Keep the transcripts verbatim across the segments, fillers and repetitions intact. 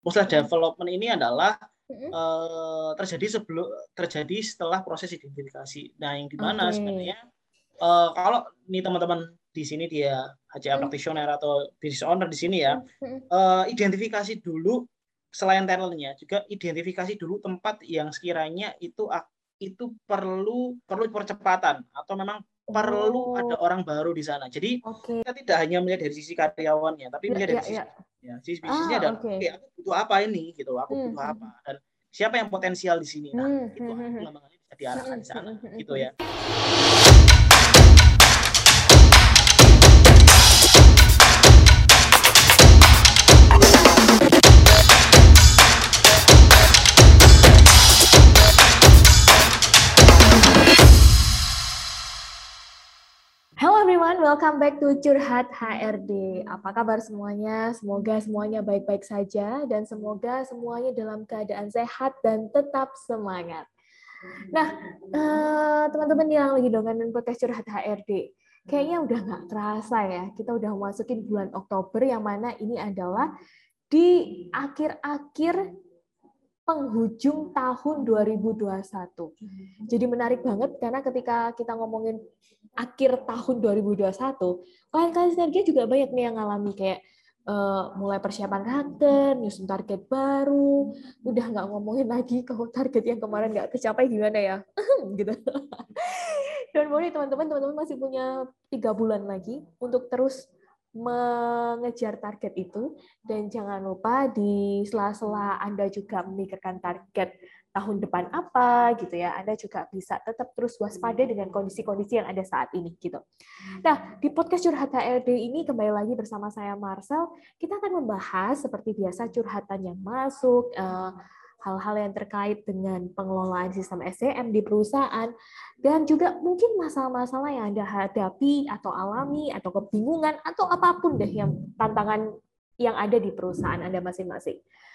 Masalah development ini adalah mm-hmm. uh, terjadi sebelum terjadi setelah proses identifikasi. Nah, yang dimana okay. sebenarnya uh, kalau nih teman-teman di sini dia H C A mm-hmm. practitioner atau business owner di sini ya, mm-hmm. uh, identifikasi dulu selain talentnya, juga identifikasi dulu tempat yang sekiranya itu itu perlu perlu percepatan atau memang oh. perlu ada orang baru di sana. Jadi okay. kita tidak hanya melihat dari sisi karyawannya, tapi melihat ya, dari ya, sisi ya. Ya, sisi bisnisnya ah, adalah oke, okay. okay, aku butuh apa ini gitu, aku hmm. butuh apa dan siapa yang potensial di sini. Nah, hmm. itu hmm. pengembangannya bisa diarahkan di sana hmm. gitu ya. Welcome back to Curhat H R D. Apa kabar semuanya? Semoga semuanya baik-baik saja dan semoga semuanya dalam keadaan sehat dan tetap semangat. Nah, uh, teman-teman yang lagi dengerin podcast Curhat H R D, kayaknya udah nggak terasa ya, kita udah masukin bulan Oktober yang mana ini adalah di akhir-akhir penghujung tahun dua ribu dua puluh satu. Jadi menarik banget karena ketika kita ngomongin akhir tahun dua ribu dua puluh satu, klien-klien sinergi juga banyak nih yang ngalami kayak uh, mulai persiapan raker, nyusun target baru, udah nggak ngomongin lagi kalau target yang kemarin nggak tercapai gimana ya, gitu. Don't worry teman-teman, teman-teman masih punya tiga bulan lagi untuk terus mengejar target itu, dan jangan lupa di sela-sela Anda juga memikirkan target tahun depan apa gitu ya, Anda juga bisa tetap terus waspada dengan kondisi-kondisi yang ada saat ini gitu. Nah, di podcast Curhat H R D ini kembali lagi bersama saya Marcel, kita akan membahas seperti biasa curhatan yang masuk, uh, hal-hal yang terkait dengan pengelolaan sistem S D M di perusahaan, dan juga mungkin masalah-masalah yang Anda hadapi atau alami, atau kebingungan, atau apapun deh yang tantangan yang ada di perusahaan Anda masing-masing.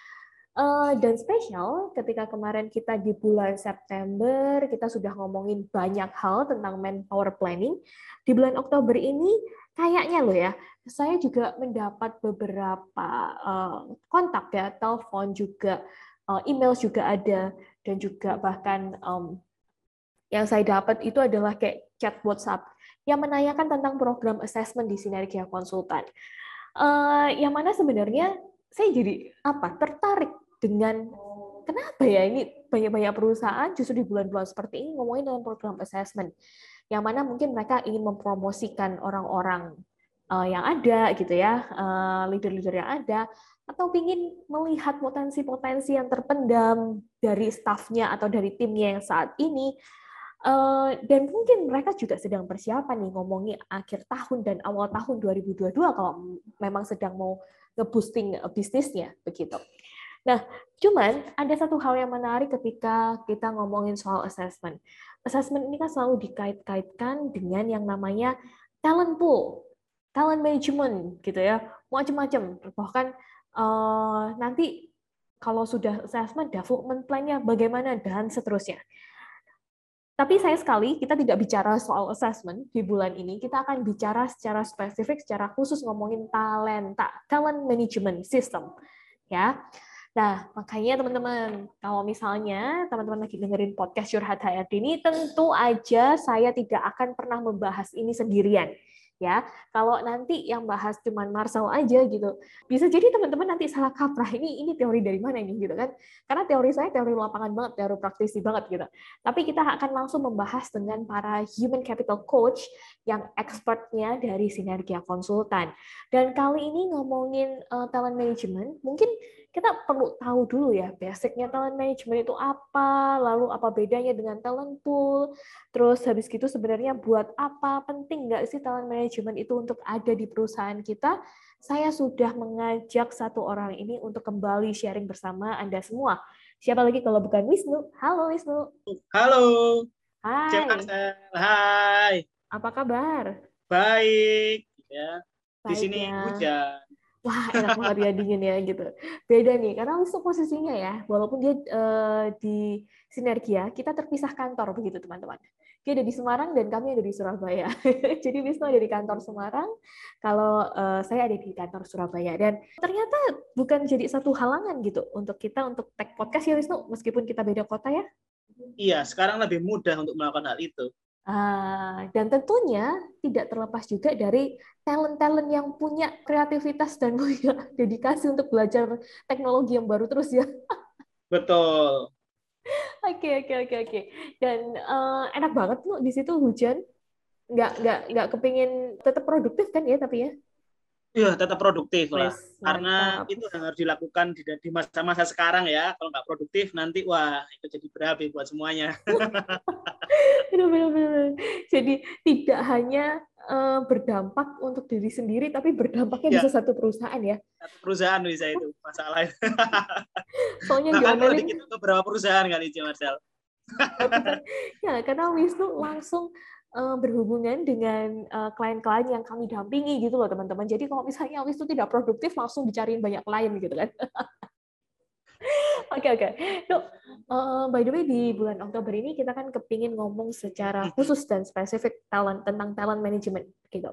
Uh, dan spesial, ketika kemarin kita di bulan September, kita sudah ngomongin banyak hal tentang manpower planning. Di bulan Oktober ini, kayaknya loh ya, saya juga mendapat beberapa uh, kontak ya, telepon juga, uh, email juga ada, dan juga bahkan um, yang saya dapat itu adalah kayak chat WhatsApp yang menanyakan tentang program assessment di Sinergia Konsultan. Uh, yang mana sebenarnya saya jadi apa tertarik dengan kenapa ya ini banyak-banyak perusahaan justru di bulan-bulan seperti ini ngomongin tentang program assessment, yang mana mungkin mereka ingin mempromosikan orang-orang uh, yang ada gitu ya, uh, leader-leader yang ada, atau ingin melihat potensi-potensi yang terpendam dari staffnya atau dari timnya yang saat ini. Uh, dan mungkin mereka juga sedang persiapan nih ngomongin akhir tahun dan awal tahun dua ribu dua puluh dua kalau memang sedang mau nge-boosting bisnisnya begitu. Nah, cuman ada satu hal yang menarik ketika kita ngomongin soal assessment. Assessment ini kan selalu dikait-kaitkan dengan yang namanya talent pool, talent management gitu ya, macam-macam. Bahkan uh, nanti kalau sudah assessment, development plan-nya bagaimana dan seterusnya. Tapi saya sekali, kita tidak bicara soal assessment di bulan ini, kita akan bicara secara spesifik, secara khusus ngomongin talenta, talent management system. Ya. Nah, makanya teman-teman, kalau misalnya teman-teman lagi dengerin podcast Curhat H R D ini, tentu aja saya tidak akan pernah membahas ini sendirian. Ya, kalau nanti yang bahas cuman Marcel aja gitu, bisa jadi teman-teman nanti salah kaprah, ini ini teori dari mana ini gitu kan? Karena teori saya teori lapangan banget, teori praktisi banget gitu. Tapi kita akan langsung membahas dengan para human capital coach yang expertnya dari Sinergia Konsultan. Dan kali ini ngomongin uh, talent management, mungkin kita perlu tahu dulu ya, basicnya talent management itu apa, lalu apa bedanya dengan talent pool, terus habis gitu sebenarnya buat apa, penting nggak sih talent management itu untuk ada di perusahaan kita. Saya sudah mengajak satu orang ini untuk kembali sharing bersama Anda semua. Siapa lagi kalau bukan Wisnu? Halo Wisnu. Halo. Hai. Hai. Apa kabar? Baik. Ya. Di Baik sini ya. hujan. Wah, enak banget ya dingin ya gitu. Beda nih, karena Wisnu posisinya ya, walaupun dia uh, di Sinergia, kita terpisah kantor begitu teman-teman. Dia ada di Semarang dan kami ada di Surabaya. Jadi Wisnu ada di kantor Semarang, kalau uh, saya ada di kantor Surabaya. Dan ternyata bukan jadi satu halangan gitu untuk kita untuk tag podcast ya Wisnu, meskipun kita beda kota ya. Iya, sekarang lebih mudah untuk melakukan hal itu. Ah, dan tentunya tidak terlepas juga dari talent-talent yang punya kreativitas dan punya dedikasi untuk belajar teknologi yang baru terus ya. Betul. Oke oke oke oke. Dan uh, enak banget loh di situ hujan. Nggak nggak nggak kepingin tetap produktif kan ya tapi ya. Iya, tetap produktif lah. Wes, Karena mantap. itu yang harus dilakukan di, di masa-masa sekarang ya. Kalau nggak produktif nanti wah itu jadi berapi buat semuanya. Benar-benar. Jadi tidak hanya uh, berdampak untuk diri sendiri, tapi berdampaknya Ya, bisa satu perusahaan ya. satu perusahaan bisa itu masalahnya. Soalnya Bahkan kalau diomelin. di kita beberapa perusahaan kali itu, Marcel. Ya, karena Wisnu langsung uh, berhubungan dengan uh, klien-klien yang kami dampingi gitu loh teman-teman. Jadi kalau misalnya Wisnu tidak produktif, langsung dicariin banyak klien gitu kan. Oke oke. Dok, uh, by the way di bulan Oktober ini kita kan kepingin ngomong secara khusus dan spesifik talent tentang talent management gitu.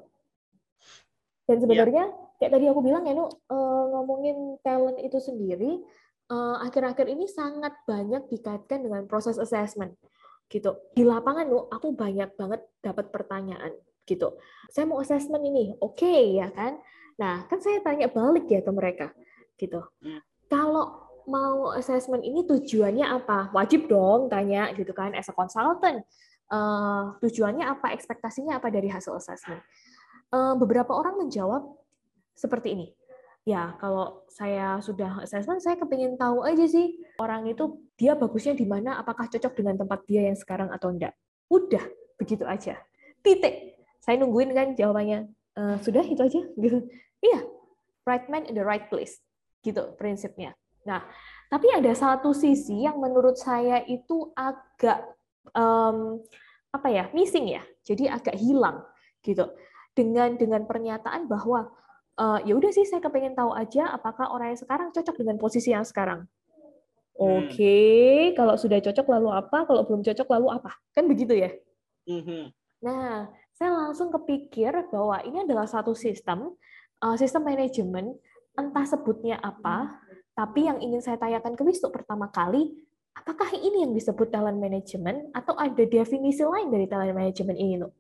Dan sebenarnya ya. Kayak tadi aku bilang ya, Nuk, uh, ngomongin talent itu sendiri, uh, akhir-akhir ini sangat banyak dikaitkan dengan proses assessment gitu. Di lapangan Nuk, aku banyak banget dapat pertanyaan gitu. Saya mau assessment ini, oke okay, ya kan? Nah, kan saya tanya balik ya ke mereka gitu. Hmm. Kalau mau assessment ini tujuannya apa? Wajib dong tanya gitu kan, as a consultant. Uh, tujuannya apa? Ekspektasinya apa dari hasil assessment? Uh, beberapa orang menjawab seperti ini. Ya, kalau saya sudah assessment, saya kepingin tahu aja sih orang itu dia bagusnya di mana, apakah cocok dengan tempat dia yang sekarang atau enggak. Udah, begitu aja. Titik. Saya nungguin kan jawabannya. Uh, sudah itu aja gitu. Iya, right man in the right place. Gitu prinsipnya. Nah, tapi ada satu sisi yang menurut saya itu agak um, apa ya, missing ya. Jadi agak hilang gitu. Dengan dengan pernyataan bahwa uh, ya udah sih saya kepengen tahu aja apakah orang yang sekarang cocok dengan posisi yang sekarang. Oke, okay. Kalau sudah cocok lalu apa? Kalau belum cocok lalu apa? Kan begitu ya? Mm-hmm. Nah, saya langsung kepikir bahwa ini adalah satu sistem, uh, sistem manajemen, entah sebutnya apa, tapi yang ingin saya tanyakan ke Wisnu pertama kali, apakah ini yang disebut talent management atau ada definisi lain dari talent management ini, Nuk?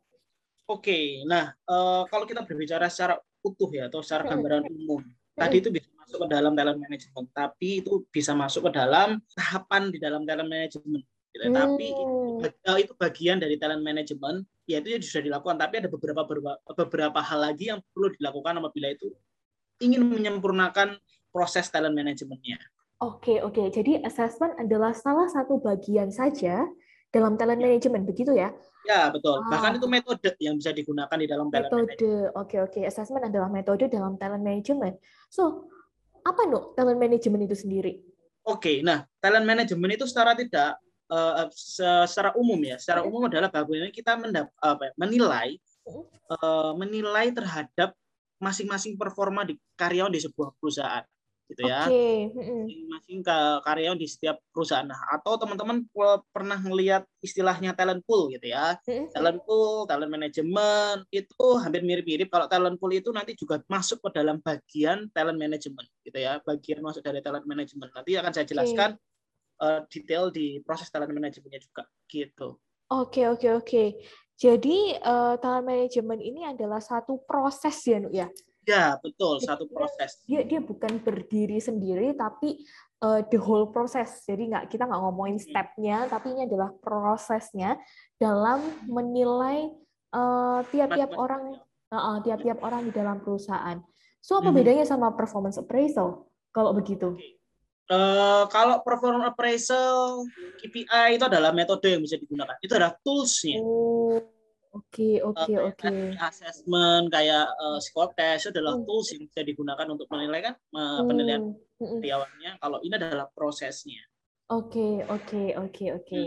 Oke, nah uh, kalau kita berbicara secara utuh ya atau secara gambaran umum, tadi itu bisa masuk ke dalam talent management, tapi itu bisa masuk ke dalam tahapan di dalam talent management. Gitu. Hmm. Tapi itu, uh, itu bagian dari talent management, yaitu ya sudah dilakukan. Tapi ada beberapa beberapa, beberapa hal lagi yang perlu dilakukan apabila itu ingin menyempurnakan proses talent manajemennya. Oke oke, jadi assessment adalah salah satu bagian saja dalam talent ya. Management, begitu ya? Ya, betul. Ah. Bahkan itu metode yang bisa digunakan di dalam talent metode. management. Metode, oke oke. Assessment adalah metode dalam talent management. So, apa Nuk talent management itu sendiri? Oke, nah talent management itu secara tidak, uh, secara umum ya, secara umum adalah bagaimana kita mendap, apa, menilai, uh, menilai terhadap masing-masing performa di karyawan di sebuah perusahaan. Gitu ya. Okay. Masing-masing karyawan di setiap perusahaan. Nah, atau teman-teman pernah melihat istilahnya talent pool gitu ya. Mm-hmm. Talent pool, talent management itu hampir mirip-mirip. Kalau talent pool itu nanti juga masuk ke dalam bagian talent management gitu ya. Bagian masuk dari talent management. Nanti akan saya jelaskan okay. uh, detail di proses talent managementnya juga gitu. Oke, okay, oke, okay, oke. Okay. Jadi uh, talent management ini adalah satu proses ya, Nuk ya. Ya, betul, satu proses. Dia dia bukan berdiri sendiri, tapi uh, the whole process. Jadi nggak kita nggak ngomongin step-nya, tapi ini adalah prosesnya dalam menilai uh, tiap-tiap orang, uh, tiap-tiap orang di dalam perusahaan. So apa bedanya sama performance appraisal kalau begitu? Okay. Uh, kalau performance appraisal, K P I itu adalah metode yang bisa digunakan. Itu adalah tools-nya. Oh. Oke, oke, oke. Assessment kayak uh, score test itu adalah tools yang bisa digunakan untuk menilai kan uh, penilaian karyawannya. Kalau ini adalah prosesnya. Oke, oke, oke, oke.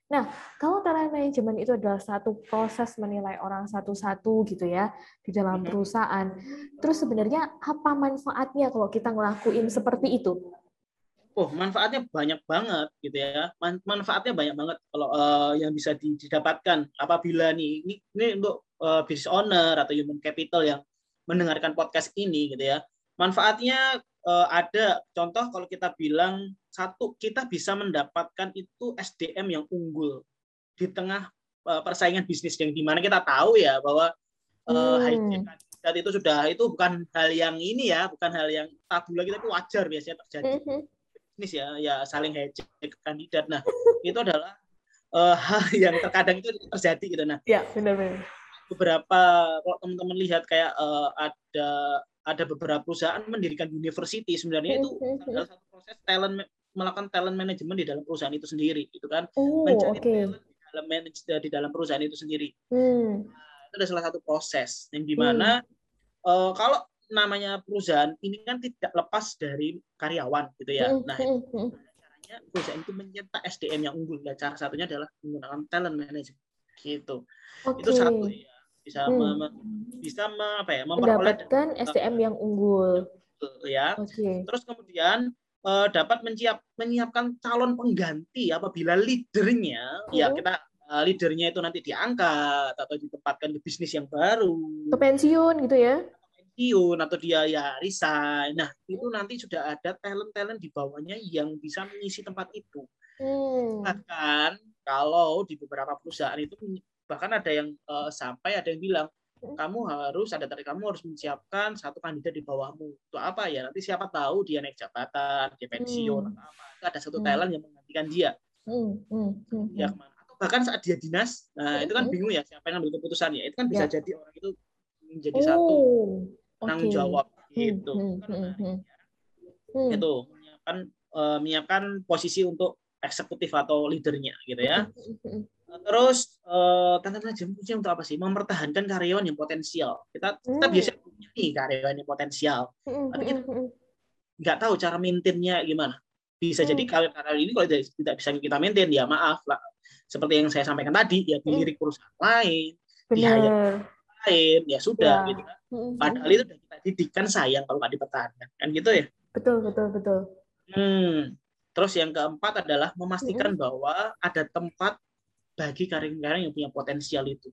Nah, kalau talent management itu adalah satu proses menilai orang satu-satu gitu ya di dalam perusahaan. Terus sebenarnya apa manfaatnya kalau kita ngelakuin seperti itu? Oh, manfaatnya banyak banget gitu ya. Man manfaatnya banyak banget kalau uh, yang bisa didapatkan apabila nih ini, ini untuk uh, business owner atau human capital yang mendengarkan podcast ini gitu ya. Manfaatnya uh, ada contoh kalau kita bilang satu, kita bisa mendapatkan itu S D M yang unggul di tengah uh, persaingan bisnis yang dimana kita tahu ya bahwa uh, hijack kandidat itu sudah itu bukan hal yang ini ya, bukan hal yang tabu lagi tapi wajar biasanya terjadi bisnis ya, ya saling hijack kandidat. Nah itu adalah uh, hal yang terkadang itu terjadi gitu. Nah ya benar-benar. Beberapa kalau teman-teman lihat kayak uh, ada ada beberapa perusahaan mendirikan university sebenarnya itu salah satu proses talent melakukan talent management di dalam perusahaan itu sendiri gitu kan, oh, mencari okay. talent di dalam manage di dalam perusahaan itu sendiri. Hmm. Nah, itu adalah salah satu proses yang dimana hmm. uh, kalau namanya perusahaan ini kan tidak lepas dari karyawan gitu ya. Hmm. Nah itu caranya perusahaan itu mencetak S D M yang unggul. Nah, cara satunya adalah menggunakan talent management gitu. Okay. Itu satu ya. Bisa hmm. me, bisa me, apa ya, memperoleh mendapatkan S D M yang unggul ya. Okay. Terus kemudian uh, dapat menyiap, menyiapkan calon pengganti apabila leadernya hmm. ya kita uh, leadernya itu nanti diangkat atau ditempatkan di bisnis yang baru. Ke pensiun gitu ya. Pensiun atau dia ya resign. Nah, itu nanti sudah ada talent-talent di bawahnya yang bisa mengisi tempat itu. Hmm. Bahkan kalau di beberapa perusahaan itu bahkan ada yang uh, sampai ada yang bilang kamu harus ada tadi kamu harus menyiapkan satu kandidat di bawahmu. Untuk apa ya? Nanti siapa tahu dia naik jabatan, dia pensiun hmm. atau apa. Ada satu talent hmm. yang menggantikan dia. Hmm. Hmm. Hmm. Dia kemana? Atau bahkan saat dia dinas, nah hmm. itu kan bingung ya siapa yang ambil keputusannya. Itu kan bisa ya. Jadi orang itu menjadi oh. satu tanggung okay. jawab gitu. Hmm. Hmm. Hmm. Hmm. Itu menyiapkan uh, menyiapkan posisi untuk eksekutif atau leadernya gitu ya. Hmm. Terus uh, talent management untuk apa sih? Mempertahankan karyawan yang potensial. Kita kita hmm. biasanya punya nih karyawan yang potensial, hmm. tapi kita nggak tahu cara maintain-nya gimana. Bisa hmm. jadi karyawan ini kalau tidak bisa kita maintain, ya maaf lah. Seperti yang saya sampaikan tadi, ya dilirik perusahaan lain, di-hire lain, ya sudah ya. Gitu kan. Padahal itu sudah kita didikan sayang kalau nggak dipertahankan, kan gitu ya. Betul betul betul. Hmm. Terus yang keempat adalah memastikan hmm. bahwa ada tempat bagi karyawan yang punya potensial itu.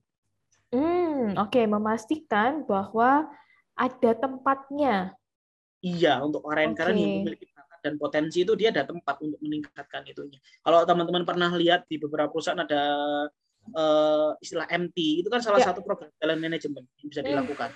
Hmm, oke, okay. Memastikan bahwa ada tempatnya. Iya, untuk karyawan-karyawan okay. yang memiliki bakat dan potensi itu dia ada tempat untuk meningkatkan itunya. Kalau teman-teman pernah lihat di beberapa perusahaan ada uh, istilah M T, itu kan salah yeah. satu program talent management yang bisa dilakukan.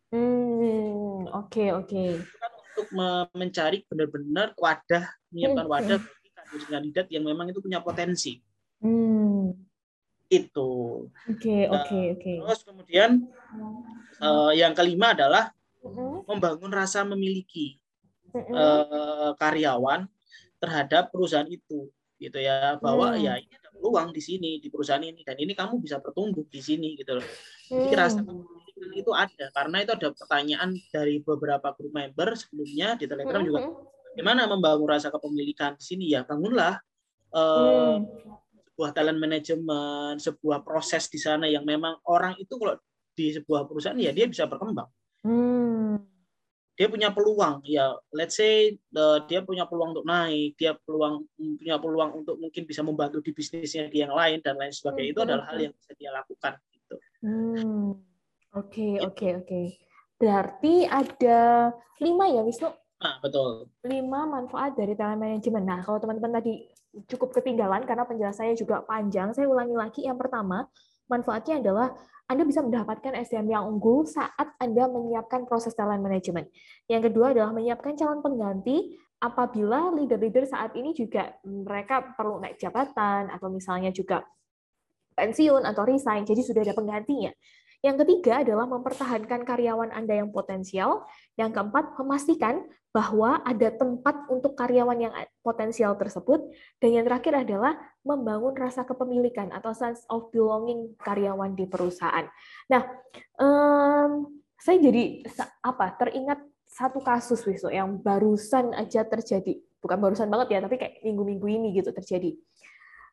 Hmm, oke okay, oke. Okay. Itu kan untuk mencari benar-benar wadah, menyiapkan wadah bagi kandidat yang memang itu punya potensi. Hmm. Itu. Oke, oke, oke. Terus kemudian uh, yang kelima adalah uh-huh. membangun rasa memiliki uh-huh. uh, karyawan terhadap perusahaan itu, gitu ya. Bahwa hmm. ya ini ada peluang di sini di perusahaan ini dan ini kamu bisa bertumbuh di sini, gitu loh. Jadi hmm. rasa kepemilikan itu ada karena itu ada pertanyaan dari beberapa group member sebelumnya di Telegram uh-huh. juga. Bagaimana membangun rasa kepemilikan di sini ya? Bangunlah. Uh, hmm. sebuah talent management, sebuah proses di sana yang memang orang itu kalau di sebuah perusahaan ya dia bisa berkembang. Hmm. Dia punya peluang ya, let's say uh, dia punya peluang untuk naik, dia peluang punya peluang untuk mungkin bisa membantu di bisnisnya di yang lain dan lain sebagainya. Hmm. Itu adalah hal yang bisa dia lakukan. Gitu. Hmm. Oke, oke, oke. Berarti ada lima ya, Wisnu? Nah, betul. Lima manfaat dari talent management. Nah, kalau teman-teman tadi cukup ketinggalan karena penjelasannya juga panjang, saya ulangi lagi. Yang pertama, manfaatnya adalah Anda bisa mendapatkan S D M yang unggul saat Anda menyiapkan proses talent management. Yang kedua adalah menyiapkan calon pengganti apabila leader-leader saat ini juga mereka perlu naik jabatan atau misalnya juga pensiun atau resign, jadi sudah ada penggantinya. Yang ketiga adalah mempertahankan karyawan Anda yang potensial. Yang keempat, memastikan bahwa ada tempat untuk karyawan yang potensial tersebut. Dan yang terakhir adalah membangun rasa kepemilikan atau sense of belonging karyawan di perusahaan. Nah, um, saya jadi apa teringat satu kasus Wisnu yang barusan aja terjadi. Bukan barusan banget ya, tapi kayak minggu-minggu ini gitu terjadi.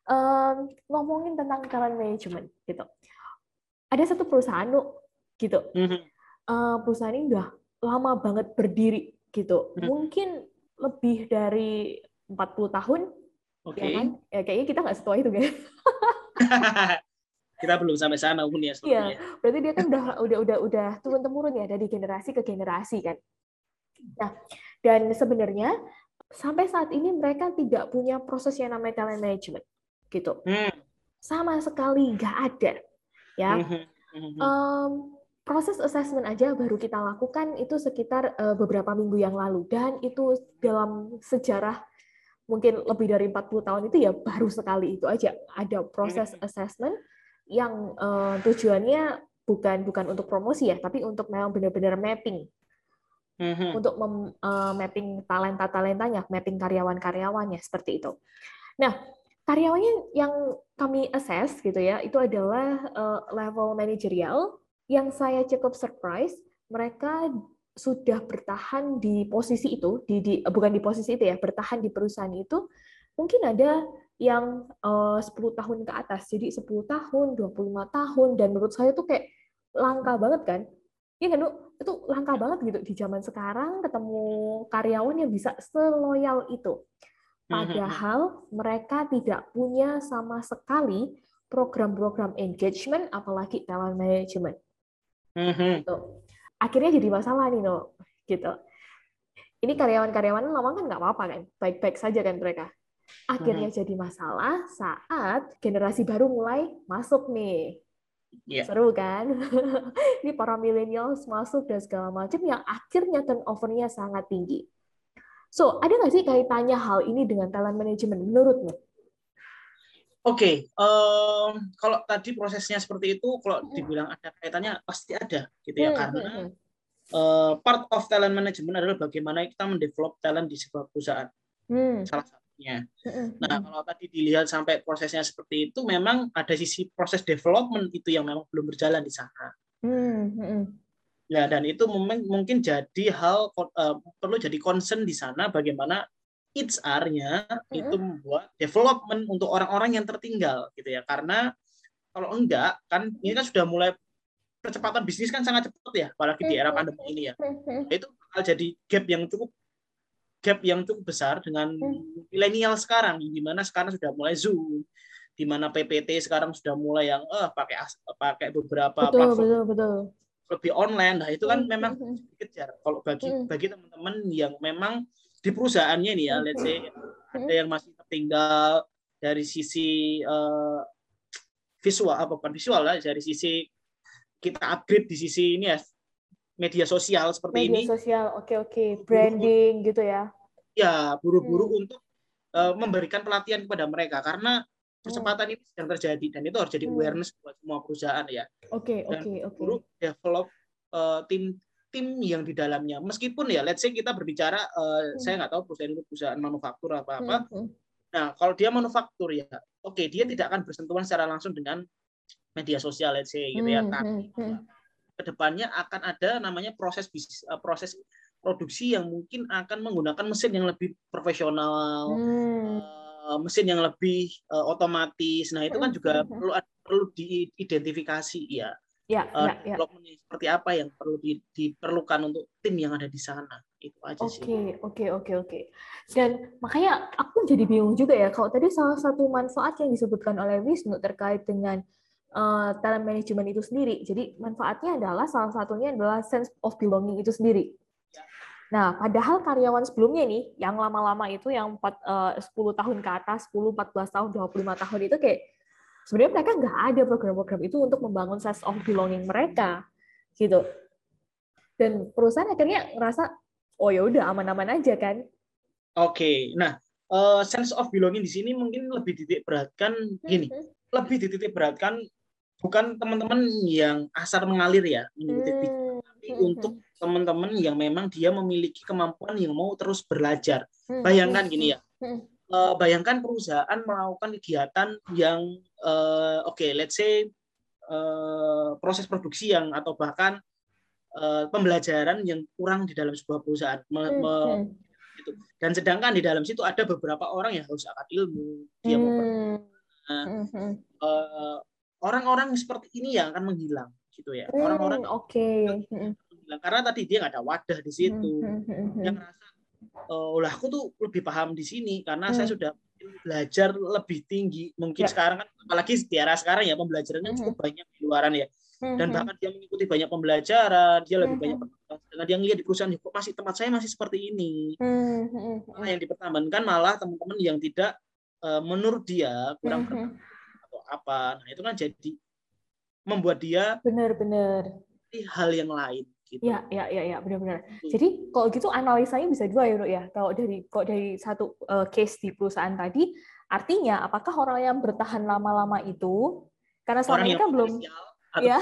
um, ngomongin tentang talent management gitu. Ada satu perusahaan loh gitu. Mm-hmm. Uh, perusahaan ini udah lama banget berdiri gitu. Mm-hmm. Mungkin lebih dari empat puluh tahun. Oke. Okay. Ya kan? Ya kayaknya kita nggak setua itu kan. Kita belum sampai sana pun ya. Iya, berarti dia kan udah udah udah udah turun temurun ya dari generasi ke generasi kan. Nah, dan sebenarnya sampai saat ini mereka tidak punya proses yang namanya talent management, gitu. Hmm. Sama sekali nggak ada, ya. Hmm. Um, proses assessment aja baru kita lakukan itu sekitar uh, beberapa minggu yang lalu, dan itu dalam sejarah mungkin lebih dari empat puluh tahun itu ya baru sekali itu aja ada proses assessment yang uh, tujuannya bukan bukan untuk promosi ya, tapi untuk memang benar-benar mapping. Mm-hmm. Untuk mem, uh, mapping talenta-talentanya, mapping karyawan-karyawannya, seperti itu. Nah, karyawannya yang kami assess gitu ya, itu adalah uh, level manajerial yang saya cukup surprise, mereka sudah bertahan di posisi itu, di, di bukan di posisi itu ya, bertahan di perusahaan itu, mungkin ada yang uh, sepuluh tahun ke atas, jadi sepuluh tahun, dua puluh lima tahun, dan menurut saya tuh kayak langka banget kan. Iya kan, itu langka banget gitu di zaman sekarang ketemu karyawan yang bisa seloyal itu. Padahal mereka tidak punya sama sekali program-program engagement, apalagi talent management. Gitu. Akhirnya jadi masalah nih, no, gitu. Ini karyawan-karyawan lama kan nggak apa-apa kan, baik-baik saja kan mereka. Akhirnya jadi masalah saat generasi baru mulai masuk nih. Yeah. Seru kan? Ini para millennials masuk dan segala macam yang akhirnya turnover-nya sangat tinggi. So, ada nggak sih kaitannya hal ini dengan talent management menurutmu? Oke, okay. um, kalau tadi prosesnya seperti itu, kalau dibilang ada kaitannya pasti ada, gitu ya, hmm, karena hmm. Uh, part of talent management adalah bagaimana kita mendevelop talent di sebuah perusahaan. Hmm. Salah satunya. Nah, kalau tadi dilihat sampai prosesnya seperti itu, memang ada sisi proses development itu yang memang belum berjalan di sana. Hmm. Ya, dan itu mungkin jadi hal uh, perlu jadi concern di sana bagaimana H R-nya itu membuat development untuk orang-orang yang tertinggal, gitu ya. Karena kalau enggak, kan ini kan sudah mulai percepatan bisnis kan sangat cepat ya, apalagi di era pandemi ini ya. Nah, itu bakal jadi gap yang cukup gap yang cukup besar dengan milenial sekarang, di mana sekarang sudah mulai Zoom, di mana P P T sekarang sudah mulai yang eh pakai pakai beberapa betul, platform betul, betul. lebih online. Nah, itu kan memang dikejar. Kalau bagi bagi teman-teman yang memang di perusahaannya nih ya, let's say ada yang masih tertinggal dari sisi uh, visual, apa bukan visual lah, dari sisi kita upgrade di sisi ini ya, media sosial seperti media ini. Media sosial, oke oke, branding gitu ya. Ya, buru-buru hmm. untuk uh, memberikan pelatihan kepada mereka karena percepatan hmm. ini sedang terjadi dan itu harus jadi hmm. awareness buat semua perusahaan ya. Oke okay, oke okay, oke. Buru develop uh, tim tim yang di dalamnya. Meskipun ya, let's say kita berbicara, uh, hmm. saya nggak tahu perusahaan itu perusahaan manufaktur apa apa. Hmm. Nah, kalau dia manufaktur ya, oke okay, dia tidak akan bersentuhan secara langsung dengan media sosial, let's say gitu ya. Tapi hmm. kedepannya akan ada namanya proses bisnis, proses produksi yang mungkin akan menggunakan mesin yang lebih profesional, hmm. uh, mesin yang lebih uh, otomatis. Nah, itu kan juga hmm. perlu perlu diidentifikasi ya. Ya, uh, ya, ya. Seperti apa yang perlu di, diperlukan untuk tim yang ada di sana. Itu aja okay, sih. Oke, oke, oke, oke. Dan makanya aku jadi bingung juga ya, kalau tadi salah satu manfaat yang disebutkan oleh Wisnu terkait dengan Uh, talent management itu sendiri. Jadi manfaatnya adalah salah satunya adalah sense of belonging itu sendiri. Ya. Nah, padahal karyawan sebelumnya nih, yang lama-lama itu yang empat, uh, sepuluh tahun ke atas, sepuluh, empat belas tahun, dua puluh lima tahun itu kayak sebenarnya mereka nggak ada program-program itu untuk membangun sense of belonging mereka, gitu. Dan perusahaan akhirnya ngerasa, oh ya udah aman-aman aja kan. Oke, okay. Nah uh, sense of belonging di sini mungkin lebih titik beratkan gini, mm-hmm. lebih dititik beratkan bukan teman-teman yang asal mengalir ya, hmm. tapi hmm. untuk teman-teman yang memang dia memiliki kemampuan yang mau terus belajar. Hmm. Bayangkan gini ya, hmm. uh, bayangkan perusahaan melakukan kegiatan yang, uh, oke, okay, let's say uh, proses produksi yang atau bahkan uh, pembelajaran yang kurang di dalam sebuah perusahaan. Me, me, hmm. gitu. Dan sedangkan di dalam situ ada beberapa orang yang harus akan ilmu, dia hmm. mau Mm-hmm. Uh, orang-orang seperti ini yang akan menghilang gitu ya. Orang-orang mm, oke okay. menghilang karena tadi dia nggak ada wadah di situ. Mm-hmm. Yang ngerasa oh lah aku tuh lebih paham di sini karena mm. saya sudah belajar lebih tinggi. Mungkin yeah. sekarang kan apalagi di era sekarang ya pembelajarannya mm-hmm. cukup banyak di luaran ya. Dan bahkan dia mengikuti banyak pembelajaran, dia lebih banyak dengan dia ngelihat di perusahaan kok masih tempat saya masih seperti ini. Nah, yang dipertahankan malah teman-teman yang tidak uh, menurut dia kurang bertanggung atau apa. Nah, itu kan jadi membuat dia benar-benar hal yang lain gitu. Ya, ya, ya, ya, benar-benar. Hmm. Jadi kalau gitu analisanya bisa dua ya, Nuk ya. Kalau dari kalau dari satu uh, case di perusahaan tadi, artinya apakah orang yang bertahan lama-lama itu karena selama ini kan belum ya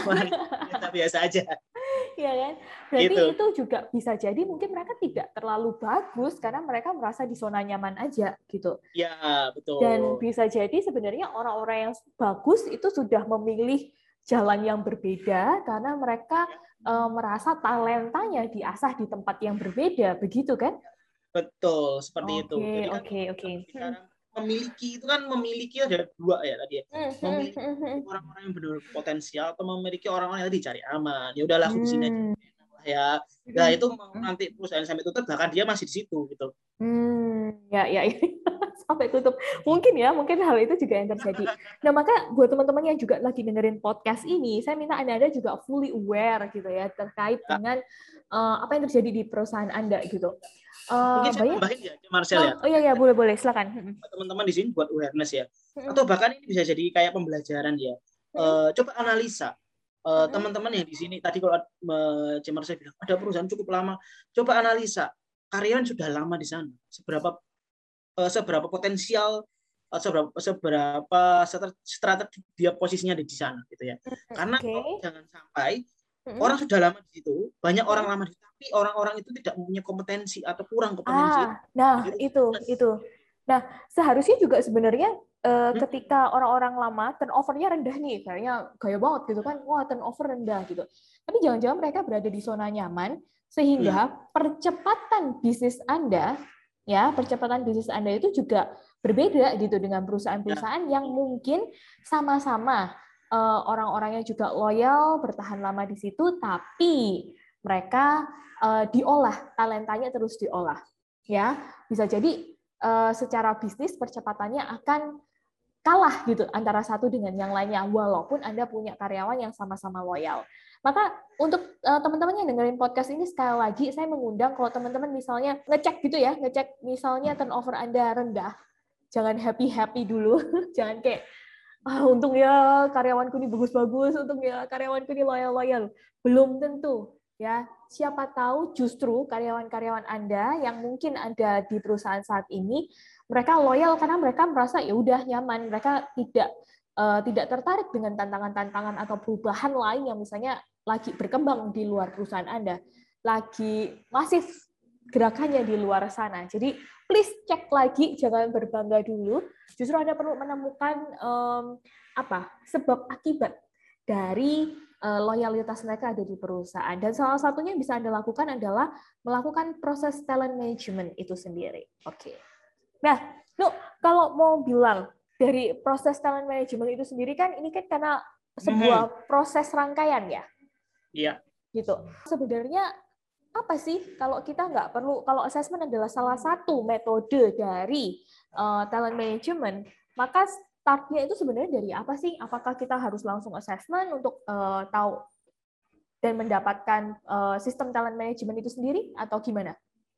biasa aja. Iya kan? Berarti gitu. Itu juga bisa jadi mungkin mereka tidak terlalu bagus karena mereka merasa di zona nyaman aja gitu. Iya, betul. Dan bisa jadi sebenarnya orang-orang yang bagus itu sudah memilih jalan yang berbeda karena mereka uh, merasa talentanya diasah di tempat yang berbeda, begitu kan? Betul, seperti okay, itu. Jadi kan okay, okay. sekarang memiliki itu kan memiliki ada dua ya tadi ya. Memiliki orang-orang yang benar potensial atau memiliki orang-orang yang dicari aman. Ya udahlah aku di sini aja. Ya. Nah, itu mau nanti perusahaan sampai tutup bahkan dia masih di situ gitu. Hmm, ya ya, ya. Sampai tutup. Mungkin ya, mungkin hal itu juga yang terjadi. Nah, maka buat teman-teman yang juga lagi dengerin podcast ini, saya minta Anda-Anda juga fully aware gitu ya terkait ya. dengan uh, apa yang terjadi di perusahaan Anda gitu. Uh, Mungkin saya banyak... tambahin ya, Marcel ya. Oh iya ya, boleh boleh, silakan. Teman-teman di sini buat awareness ya. Atau bahkan ini bisa jadi kayak pembelajaran ya. Uh, coba analisa. Uh, teman-teman yang di sini tadi kalau uh, Marcel bilang ada perusahaan cukup lama, coba analisa karyawan sudah lama di sana. Seberapa uh, seberapa potensial uh, seberapa seberapa strategi dia posisinya di sana gitu ya. Karena okay. kalau jangan sampai hmm. orang sudah lama di situ, banyak hmm. orang lama di situ, tapi orang-orang itu tidak mempunyai kompetensi atau kurang kompetensi. Ah, nah, itu itu. itu. Nah, seharusnya juga sebenarnya uh, hmm. ketika orang-orang lama turnover-nya rendah nih, kayaknya gaya banget gitu kan, wah turnover rendah gitu. Tapi jangan-jangan mereka berada di zona nyaman sehingga hmm. percepatan bisnis Anda, ya percepatan bisnis Anda itu juga berbeda gitu dengan perusahaan-perusahaan ya. yang mungkin sama-sama uh, orang-orangnya juga loyal, bertahan lama di situ, tapi mereka uh, diolah, talentanya terus diolah, ya bisa jadi uh, secara bisnis percepatannya akan kalah gitu antara satu dengan yang lainnya, walaupun Anda punya karyawan yang sama-sama loyal. Maka untuk uh, teman-teman yang dengerin podcast ini sekali lagi saya mengundang kalau teman-teman misalnya ngecek gitu ya, ngecek misalnya turnover Anda rendah, jangan happy-happy dulu, jangan kayak ah, untung ya karyawanku ini bagus-bagus, untung ya karyawanku ini loyal-loyal. Belum tentu. Ya, siapa tahu justru karyawan-karyawan Anda yang mungkin ada di perusahaan saat ini, mereka loyal karena mereka merasa ya udah nyaman, mereka tidak uh, tidak tertarik dengan tantangan-tantangan atau perubahan lain yang misalnya lagi berkembang di luar perusahaan Anda, lagi masif gerakannya di luar sana. Jadi please cek lagi, jangan berbangga dulu. Justru Anda perlu menemukan um, apa sebab akibat dari uh, loyalitas mereka ada di perusahaan. Dan salah satunya yang bisa Anda lakukan adalah melakukan proses talent management itu sendiri. Oke. Okay. Nah, Nuk, kalau mau bilang dari proses talent management itu sendiri kan ini kan karena sebuah hmm. proses rangkaian ya. Iya. Gitu. Sebenarnya apa sih kalau kita nggak perlu, kalau assessment adalah salah satu metode dari uh, talent management, maka startnya itu sebenarnya dari apa sih? Apakah kita harus langsung assessment untuk uh, tahu dan mendapatkan uh, sistem talent management itu sendiri atau gimana?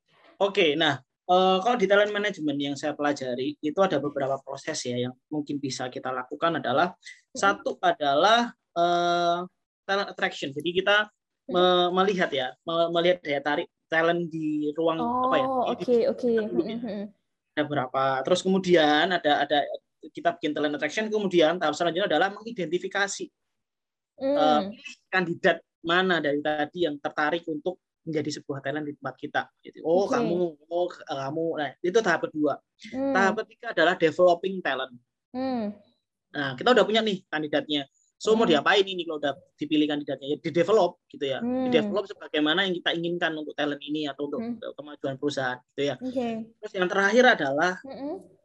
Oke, nah uh, kalau di talent management yang saya pelajari itu ada beberapa proses ya yang mungkin bisa kita lakukan adalah mm-hmm. satu adalah uh, talent attraction. Jadi kita mm-hmm. melihat ya, melihat daya tarik talent di ruang oh, apa ya? Oke oke. Ada berapa? Terus kemudian ada ada kita bikin talent attraction, kemudian tahap selanjutnya adalah mengidentifikasi mm. uh, kandidat mana dari tadi yang tertarik untuk menjadi sebuah talent di tempat kita. Oh okay. kamu, oh kamu, nah itu tahap kedua. Mm. Tahap ketiga adalah developing talent. Mm. Nah kita udah punya nih kandidatnya. So mm. mau diapain ini kalau udah dipilih kandidatnya? Ya di develop gitu ya. Mm. Di develop sebagaimana yang kita inginkan untuk talent ini atau untuk mm. kemajuan perusahaan gitu ya. Okay. Terus yang terakhir adalah mm-mm.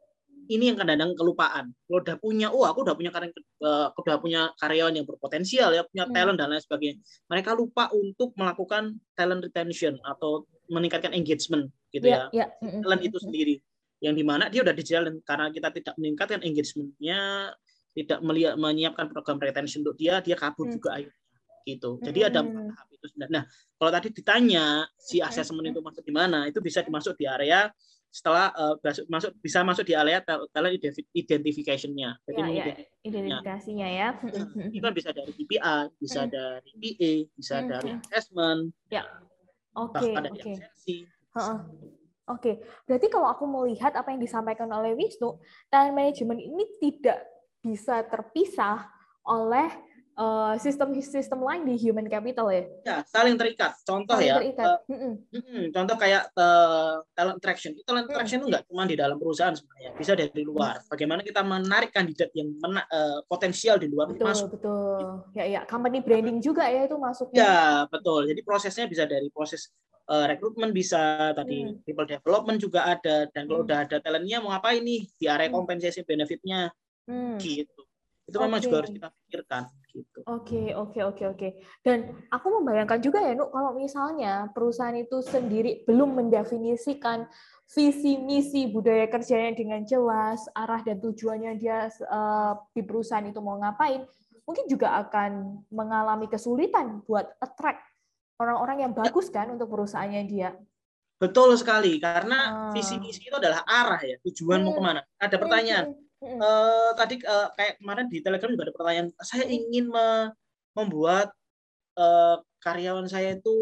ini yang kadang-kadang kelupaan. Kalau udah punya, oh aku udah punya karyawan, uh, udah punya karyawan yang berpotensial ya, punya talent dan lain sebagainya. Mereka lupa untuk melakukan talent retention atau meningkatkan engagement gitu yeah, ya. Yeah. Talent itu sendiri. Yang dimana dia udah di jalan karena kita tidak meningkatkan engagement-nya, tidak melihat, menyiapkan program retention untuk dia, dia kabur hmm. juga akhirnya gitu. Jadi hmm. ada empat tahap itu sebenarnya. Nah, kalau tadi ditanya si assessment itu masuk di mana, itu bisa dimasuk di area setelah uh, masuk bisa masuk di area talent identification-nya. Jadi ya, ya, identifikasinya ya. Itu kan bisa dari K P I, bisa hmm. dari P A, bisa hmm. dari assessment. Ya. Oke, okay, bahkan dari okay. absensi. Oke, okay. Berarti kalau aku melihat apa yang disampaikan oleh Wisnu, talent management ini tidak bisa terpisah oleh sistem-sistem uh, lain di human capital ya? Ya, saling terikat. Contoh saling ya, terikat. Uh, mm -mm, contoh kayak uh, talent attraction. Talent attraction itu mm. nggak cuma di dalam perusahaan sebenarnya, bisa dari luar. Bagaimana kita menarik kandidat yang mena uh, potensial di luar betul, masuk. Betul, ya ya. Company branding juga ya itu masuknya. Ya, betul. Jadi prosesnya bisa dari proses uh, rekrutmen bisa, tadi hmm. people development juga ada, dan kalau hmm. udah ada talentnya mau ngapain nih di area kompensasi benefitnya, hmm. gitu. Itu memang okay. juga harus kita pikirkan. Gitu. Oke, oke, oke, oke. Dan aku membayangkan juga ya, Nuk, kalau misalnya perusahaan itu sendiri belum mendefinisikan visi misi budaya kerjanya dengan jelas, arah dan tujuannya dia uh, di perusahaan itu mau ngapain, mungkin juga akan mengalami kesulitan buat attract orang-orang yang bagus kan untuk perusahaannya dia. Betul sekali, karena uh. visi misi itu adalah arah ya, tujuan hmm. mau kemana. Ada pertanyaan. Hmm. Uh, tadi uh, kayak kemarin di Telegram juga ada pertanyaan, saya ingin me membuat uh, karyawan saya itu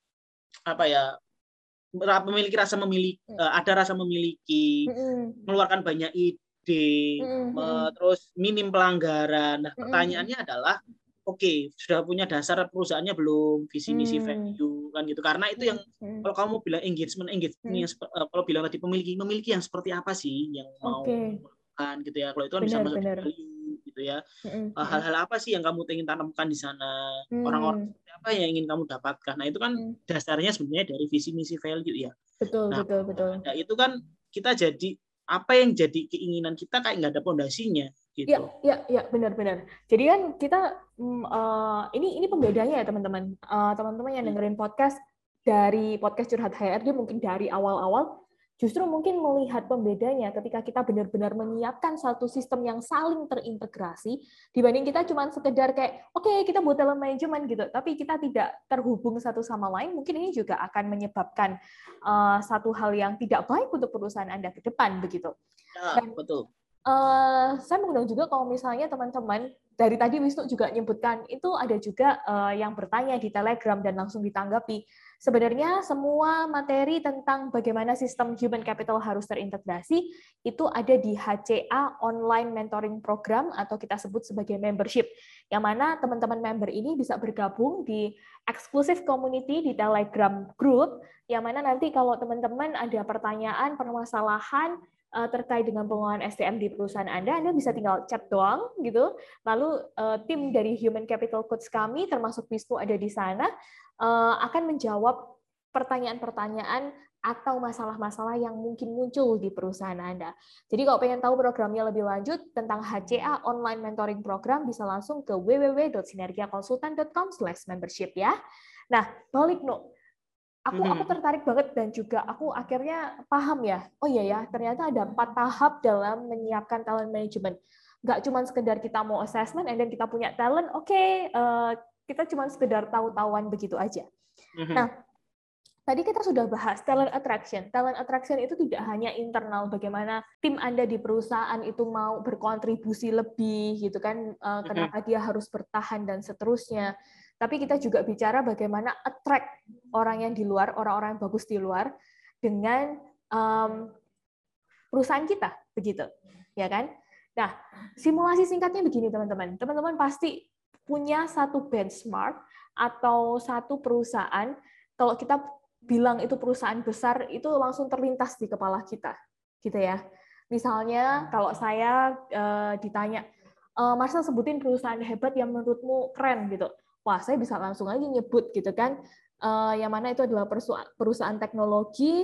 apa ya, memiliki rasa memiliki, uh, ada rasa memiliki, mengeluarkan banyak ide, me, terus minim pelanggaran. Nah, pertanyaannya adalah, oke, okay, sudah punya dasar perusahaannya belum, visi misi value kan gitu. Karena itu yang kalau kamu bilang engagement, engagement yang uh, kalau bilang tadi memiliki, memiliki yang seperti apa sih yang mau okay. gitu ya. Kalau itu kan benar, bisa masuk benar. di value gitu ya. Mm-hmm. Hal-hal apa sih yang kamu ingin tanamkan di sana? Mm. Orang-orang seperti apa yang ingin kamu dapatkan? Nah, itu kan mm. dasarnya sebenarnya dari visi misi value ya. Betul, nah, betul, betul. Nah, itu kan kita jadi apa yang jadi keinginan kita kayak nggak ada pondasinya gitu. Ya, ya, ya, benar-benar. Jadi kan kita uh, ini ini pembedanya ya teman-teman. Uh, teman-teman yang dengerin podcast dari podcast Curhat H R D mungkin dari awal-awal justru mungkin melihat pembedanya ketika kita benar-benar menyiapkan satu sistem yang saling terintegrasi dibanding kita cuma sekedar kayak oke okay, kita buat talent management gitu, tapi kita tidak terhubung satu sama lain, mungkin ini juga akan menyebabkan uh, satu hal yang tidak baik untuk perusahaan Anda ke depan begitu. Ya, dan, betul. Uh, saya mengundang juga kalau misalnya teman-teman dari tadi Wisnu juga nyebutkan itu ada juga uh, yang bertanya di Telegram dan langsung ditanggapi. Sebenarnya semua materi tentang bagaimana sistem human capital harus terintegrasi itu ada di H C A Online Mentoring Program atau kita sebut sebagai membership, yang mana teman-teman member ini bisa bergabung di exclusive community di Telegram group, yang mana nanti kalau teman-teman ada pertanyaan, permasalahan terkait dengan pengelolaan S D M di perusahaan Anda, Anda bisa tinggal chat doang gitu. Lalu tim dari Human Capital Coach kami, termasuk Wisnu ada di sana, akan menjawab pertanyaan-pertanyaan atau masalah-masalah yang mungkin muncul di perusahaan Anda. Jadi kalau pengen tahu programnya lebih lanjut tentang H C A Online Mentoring Program, bisa langsung ke w w w dot sinergiakonsultan dot com slash membership ya. Nah, balik no. Aku aku tertarik banget dan juga aku akhirnya paham ya. Oh iya ya, ternyata ada empat tahap dalam menyiapkan talent management. Nggak cuma sekedar kita mau assessment and then kita punya talent, oke, okay, uh, kita cuma sekedar tahu-tahuan begitu aja. Mm-hmm. Nah, tadi kita sudah bahas talent attraction. Talent attraction itu tidak hanya internal, bagaimana tim Anda di perusahaan itu mau berkontribusi lebih, gitu kan? Uh, kenapa mm-hmm. dia harus bertahan dan seterusnya. Tapi kita juga bicara bagaimana attract orang yang di luar, orang-orang yang bagus di luar dengan um, perusahaan kita, begitu, ya kan? Nah, simulasi singkatnya begini teman-teman. Teman-teman pasti punya satu benchmark atau satu perusahaan. Kalau kita bilang itu perusahaan besar, itu langsung terlintas di kepala kita, gitu ya. Misalnya kalau saya uh, ditanya, e, Marcel sebutin perusahaan hebat yang menurutmu keren gitu. Wah, saya bisa langsung aja nyebut gitu kan, uh, yang mana itu adalah perusahaan teknologi,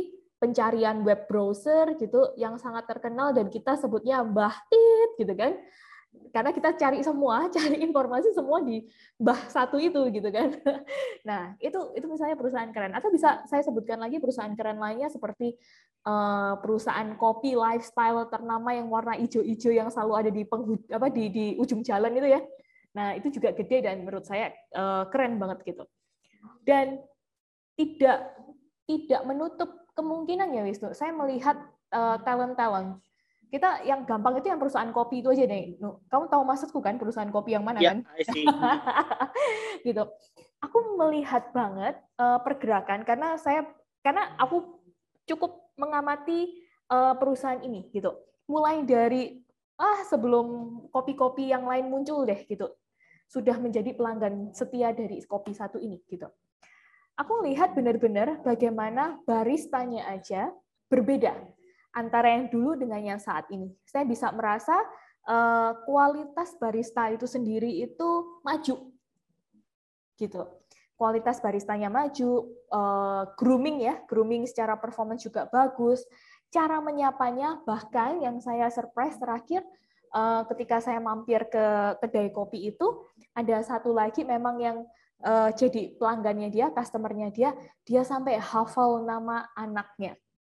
pencarian web browser gitu yang sangat terkenal dan kita sebutnya Mbah Tit gitu kan. Karena kita cari semua, cari informasi semua di Mbah satu itu gitu kan. Nah, itu itu misalnya perusahaan keren. Atau bisa saya sebutkan lagi perusahaan keren lainnya seperti uh, perusahaan kopi lifestyle ternama yang warna hijau-hijau yang selalu ada di penghujung apa di di ujung jalan itu ya. Nah, itu juga gede dan menurut saya uh, keren banget gitu. Dan tidak tidak menutup kemungkinan ya Wisnu. Saya melihat uh, talent-talent kita yang gampang itu yang perusahaan kopi itu aja deh. Kamu tahu maksudku kan perusahaan kopi yang mana ya, kan? I see. Gitu. Aku melihat banget uh, pergerakan karena saya karena aku cukup mengamati uh, perusahaan ini gitu. Mulai dari ah sebelum kopi-kopi yang lain muncul deh gitu. Sudah menjadi pelanggan setia dari kopi satu ini gitu. Aku lihat benar-benar bagaimana baristanya aja berbeda antara yang dulu dengan yang saat ini. Saya bisa merasa uh, kualitas barista itu sendiri itu maju, gitu. Kualitas baristanya maju, uh, grooming ya, grooming secara performance juga bagus. Cara menyapanya bahkan yang saya surprise terakhir uh, ketika saya mampir ke kedai kopi itu ada satu lagi memang yang uh, jadi pelanggannya dia, customernya dia, dia sampai hafal nama anaknya.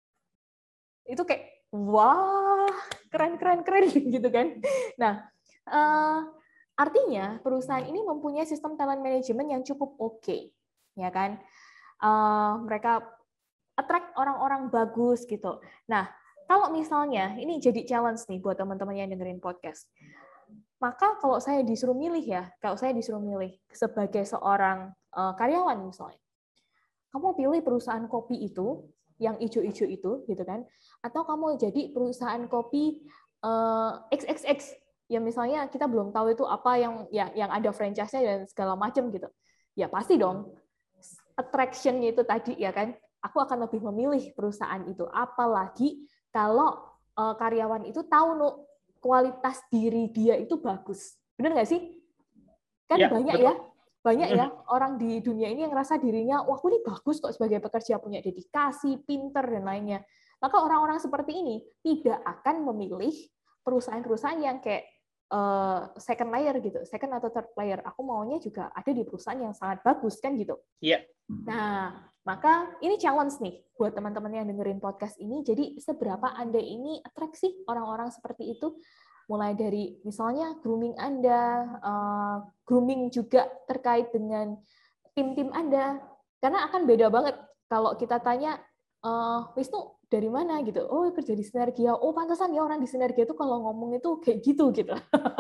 Itu kayak wah keren keren keren gitu kan. Nah uh, artinya perusahaan ini mempunyai sistem talent management yang cukup oke, okay, ya kan. Uh, mereka attract orang-orang bagus gitu. Nah kalau misalnya ini jadi challenge nih buat teman-teman yang dengerin podcast, maka kalau saya disuruh milih ya, kalau saya disuruh milih sebagai seorang uh, karyawan misalnya, kamu pilih perusahaan kopi itu yang ijo-ijo itu gitu kan, atau kamu jadi perusahaan kopi uh, X X X ya misalnya kita belum tahu itu apa yang ya yang ada franchise-nya dan segala macam gitu, ya pasti dong attraction-nya itu tadi ya kan, aku akan lebih memilih perusahaan itu, apalagi kalau uh, karyawan itu tahu nu kualitas diri dia itu bagus, benar nggak sih? Kan ya, banyak betul. ya banyak ya orang di dunia ini yang ngerasa dirinya, wah aku ini bagus kok sebagai pekerja, punya dedikasi, pinter, dan lainnya. Maka orang-orang seperti ini tidak akan memilih perusahaan-perusahaan yang kayak uh, second layer gitu, second atau third layer. Aku maunya juga ada di perusahaan yang sangat bagus kan gitu. Iya. Nah, maka ini challenge nih buat teman-teman yang dengerin podcast ini. Jadi seberapa Anda ini attract sih orang-orang seperti itu? Mulai dari misalnya grooming Anda, uh, grooming juga terkait dengan tim-tim Anda, karena akan beda banget kalau kita tanya, uh, Wisnu dari mana gitu, oh kerja di Sinergia, oh pantesan ya orang di Sinergia itu kalau ngomong itu kayak gitu gitu.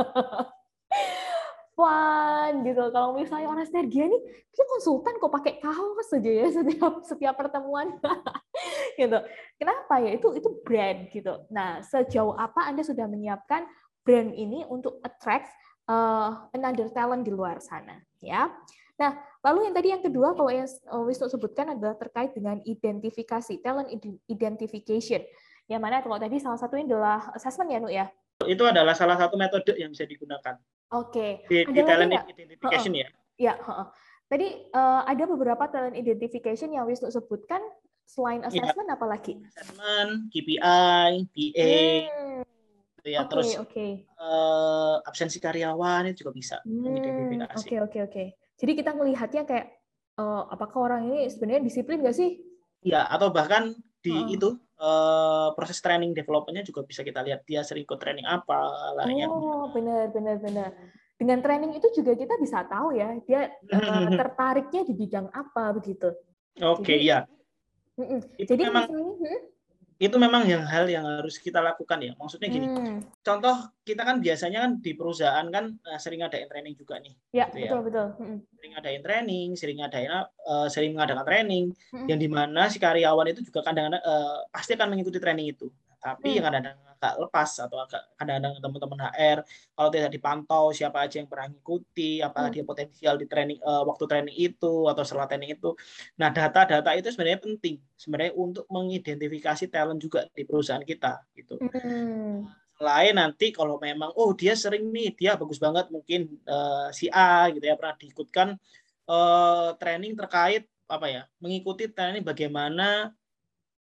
Fun gitu. Kalau misalnya orang Sinergia ini, kita konsultan kok pakai kaos saja ya setiap setiap pertemuan. Gitu. Kenapa ya? Itu itu brand gitu. Nah, sejauh apa Anda sudah menyiapkan brand ini untuk attract uh, another talent di luar sana, ya? Nah, lalu yang tadi yang kedua kalau yang Wisnu sebutkan adalah terkait dengan identifikasi, talent identification. Yang mana kalau tadi salah satunya adalah assessment ya, Nu ya? Itu adalah salah satu metode yang bisa digunakan. Oke. Di, di talent identification ya. Ya, tadi uh, ada beberapa talent identification yang Wisnu sebutkan. Selain assessment ya, apa lagi? Assessment, K P I, P A, hmm. gitu ya. Okay, terus okay. Uh, absensi karyawan itu juga bisa hmm, mengidentifikasi. Oke, okay, oke, okay, oke. Okay. Jadi kita melihatnya kayak uh, apakah orang ini sebenarnya disiplin nggak sih? Ya, atau bahkan di uh. itu uh, proses training development-nya juga bisa kita lihat dia sering ikut training apa lah. Oh, benar, benar, benar. Dengan training itu juga kita bisa tahu ya dia uh, tertariknya di bidang apa begitu. Oke, okay, ya. Itu Jadi memang misalnya, hmm? itu memang yang hal yang harus kita lakukan ya. Maksudnya gini, hmm. contoh kita kan biasanya kan di perusahaan kan uh, sering ngadain training juga nih. Ya, gitu betul ya. betul. Hmm. Sering ngadain training, sering ngadain uh, sering mengadakan training, hmm. yang dimana si karyawan itu juga kadang-kadang uh, pasti akan mengikuti training itu. Tapi hmm. yang kadang-kadang agak lepas atau agak kadang-kadang teman-teman H R kalau tidak dipantau siapa aja yang pernah mengikuti, apakah hmm. dia potensial di training uh, waktu training itu atau setelah training itu. Nah, data-data itu sebenarnya penting sebenarnya untuk mengidentifikasi talent juga di perusahaan kita gitu. Hmm. Selain nanti kalau memang oh dia sering nih, dia bagus banget mungkin uh, si A gitu ya pernah diikutkan uh, training terkait apa ya? Mengikuti training bagaimana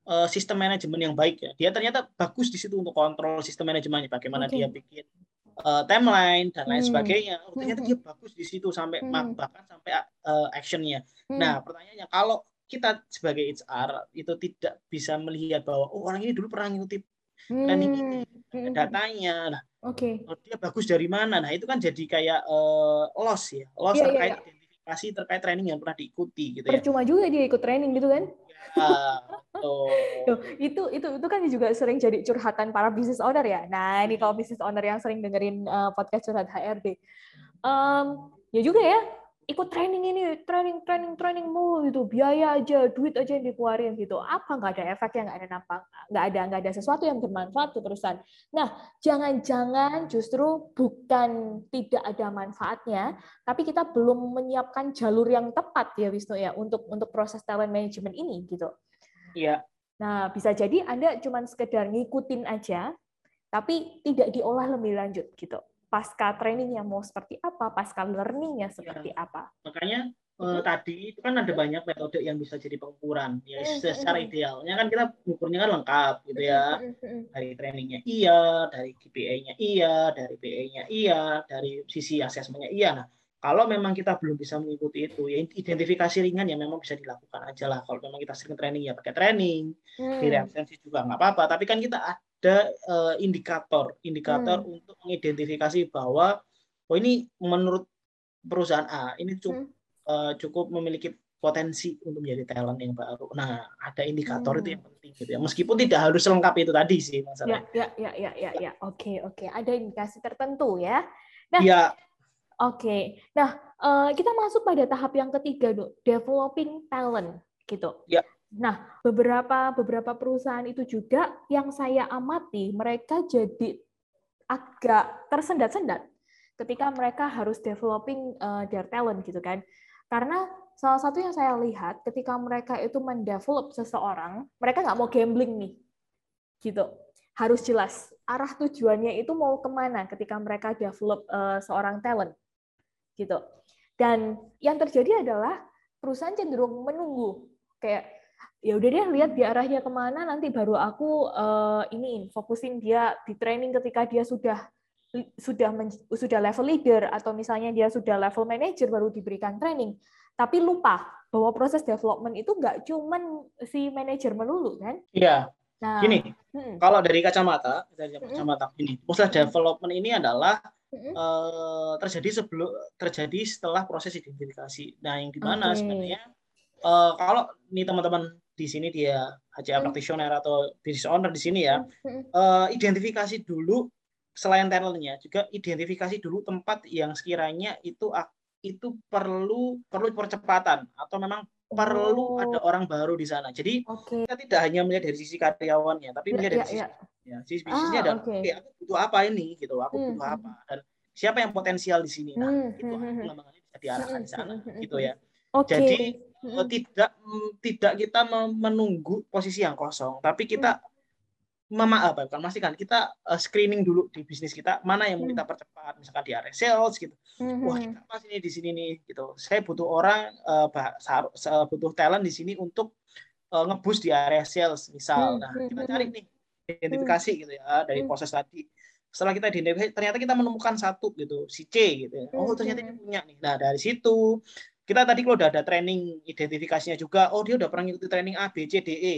uh, sistem manajemen yang baik ya. Dia ternyata bagus di situ untuk kontrol sistem manajemennya, bagaimana okay. dia bikin uh, timeline dan lain hmm. sebagainya. Oh, ternyata hmm. dia bagus di situ sampai hmm. bahkan sampai uh, actionnya. Hmm. Nah, pertanyaannya kalau kita sebagai H R itu tidak bisa melihat bahwa oh orang ini dulu pernah ngikuti training ini, hmm. datanya, nah, okay. oh, dia bagus dari mana? Nah itu kan jadi kayak uh, loss ya, loss yeah, terkait yeah, yeah. identifikasi terkait training yang pernah diikuti gitu. Percuma ya. Juga dia ikut training gitu kan? Ya, Tuh, itu itu itu kan juga sering jadi curhatan para business owner ya. Nah ini kalau business owner yang sering dengerin uh, podcast curhat H R D, um, ya juga ya. Ikut training ini, training, training, training mulu gitu, biaya aja, duit aja yang dikeluarin gitu. Apa nggak ada efeknya, nggak ada nampak, nggak ada nggak ada sesuatu yang bermanfaat ke perusahaan. Nah, jangan-jangan justru bukan tidak ada manfaatnya, tapi kita belum menyiapkan jalur yang tepat ya Wisnu ya untuk untuk proses talent management ini gitu. Iya. Nah, bisa jadi Anda cuma sekedar ngikutin aja, tapi tidak diolah lebih lanjut gitu. Pasca trainingnya mau seperti apa, pasca learningnya seperti ya. Apa. Makanya eh, tadi itu kan ada banyak metode yang bisa jadi pengukuran. Ya secara idealnya kan kita ukurnya kan lengkap gitu ya. Dari trainingnya iya, dari K P I-nya iya, dari P A-nya iya, dari sisi asesmennya iya. Nah, kalau memang kita belum bisa mengikuti itu, ya identifikasi ringan ya memang bisa dilakukan aja lah. Kalau memang kita sering training ya pakai training, hmm. di reabsensi juga nggak apa-apa. Tapi kan kita ada uh, indikator, indikator hmm. untuk mengidentifikasi bahwa oh ini menurut perusahaan A ini cukup, hmm. uh, cukup memiliki potensi untuk menjadi talent yang baru. Nah, ada indikator hmm. itu yang penting gitu ya. Meskipun tidak harus lengkap itu tadi sih masalahnya. Ya, ya, ya, ya, ya, ya. Oke, oke. Ada indikasi tertentu ya. Nah, ya. Oke, nah kita masuk pada tahap yang ketiga, Dok, developing talent, gitu. Ya. Nah, beberapa beberapa perusahaan itu juga yang saya amati, mereka jadi agak tersendat-sendat ketika mereka harus developing uh, their talent, gitu kan? Karena salah satu yang saya lihat, ketika mereka itu mendevelop seseorang, mereka nggak mau gambling nih, gitu. Harus jelas arah tujuannya itu mau kemana ketika mereka develop uh, seorang talent. Gitu. Dan yang terjadi adalah perusahaan cenderung menunggu kayak ya udah deh lihat dia arahnya kemana nanti baru aku uh, ini fokusin dia di training ketika dia sudah sudah sudah level leader atau misalnya dia sudah level manager baru diberikan training, tapi lupa bahwa proses development itu nggak cuman si manajer melulu kan? Iya. Nah, gini, hmm. kalau dari kacamata dari kacamata hmm. ini, proses hmm. development ini adalah Uh, terjadi sebelum terjadi setelah proses identifikasi. Nah, yang dimana okay. sebenarnya uh, kalau nih teman-teman di sini dia H R mm. practitioner atau business owner di sini ya, uh, identifikasi dulu selain talentnya juga identifikasi dulu tempat yang sekiranya itu itu perlu perlu percepatan atau memang oh. perlu ada orang baru di sana. Jadi okay. kita tidak hanya melihat dari sisi karyawannya, tapi melihat ya, dari ya, sisi ya. Ya, sisi bisnisnya ah, adalah okay. okay, aku butuh apa ini gitu, aku hmm. butuh apa dan siapa yang potensial di sini. Nah, hmm. itu pengembangannya bisa diarahkan di sana gitu ya. Okay. Jadi hmm. tidak tidak kita menunggu posisi yang kosong, tapi kita hmm. mema apa bukan memastikan kita uh, screening dulu di bisnis kita mana yang mau kita percepat, misalkan di area sales gitu. Hmm. Wah, kita pas ini di sini nih gitu. Saya butuh orang uh, butuh talent di sini untuk uh, nge-boost di area sales misal. Nah, kita cari nih identifikasi gitu ya dari proses tadi. Setelah kita identifikasi ternyata kita menemukan satu gitu si C gitu ya. Oh ternyata dia punya nih. Nah dari situ kita tadi kalau udah ada training identifikasinya juga, oh dia udah pernah ngikuti training A B C D E.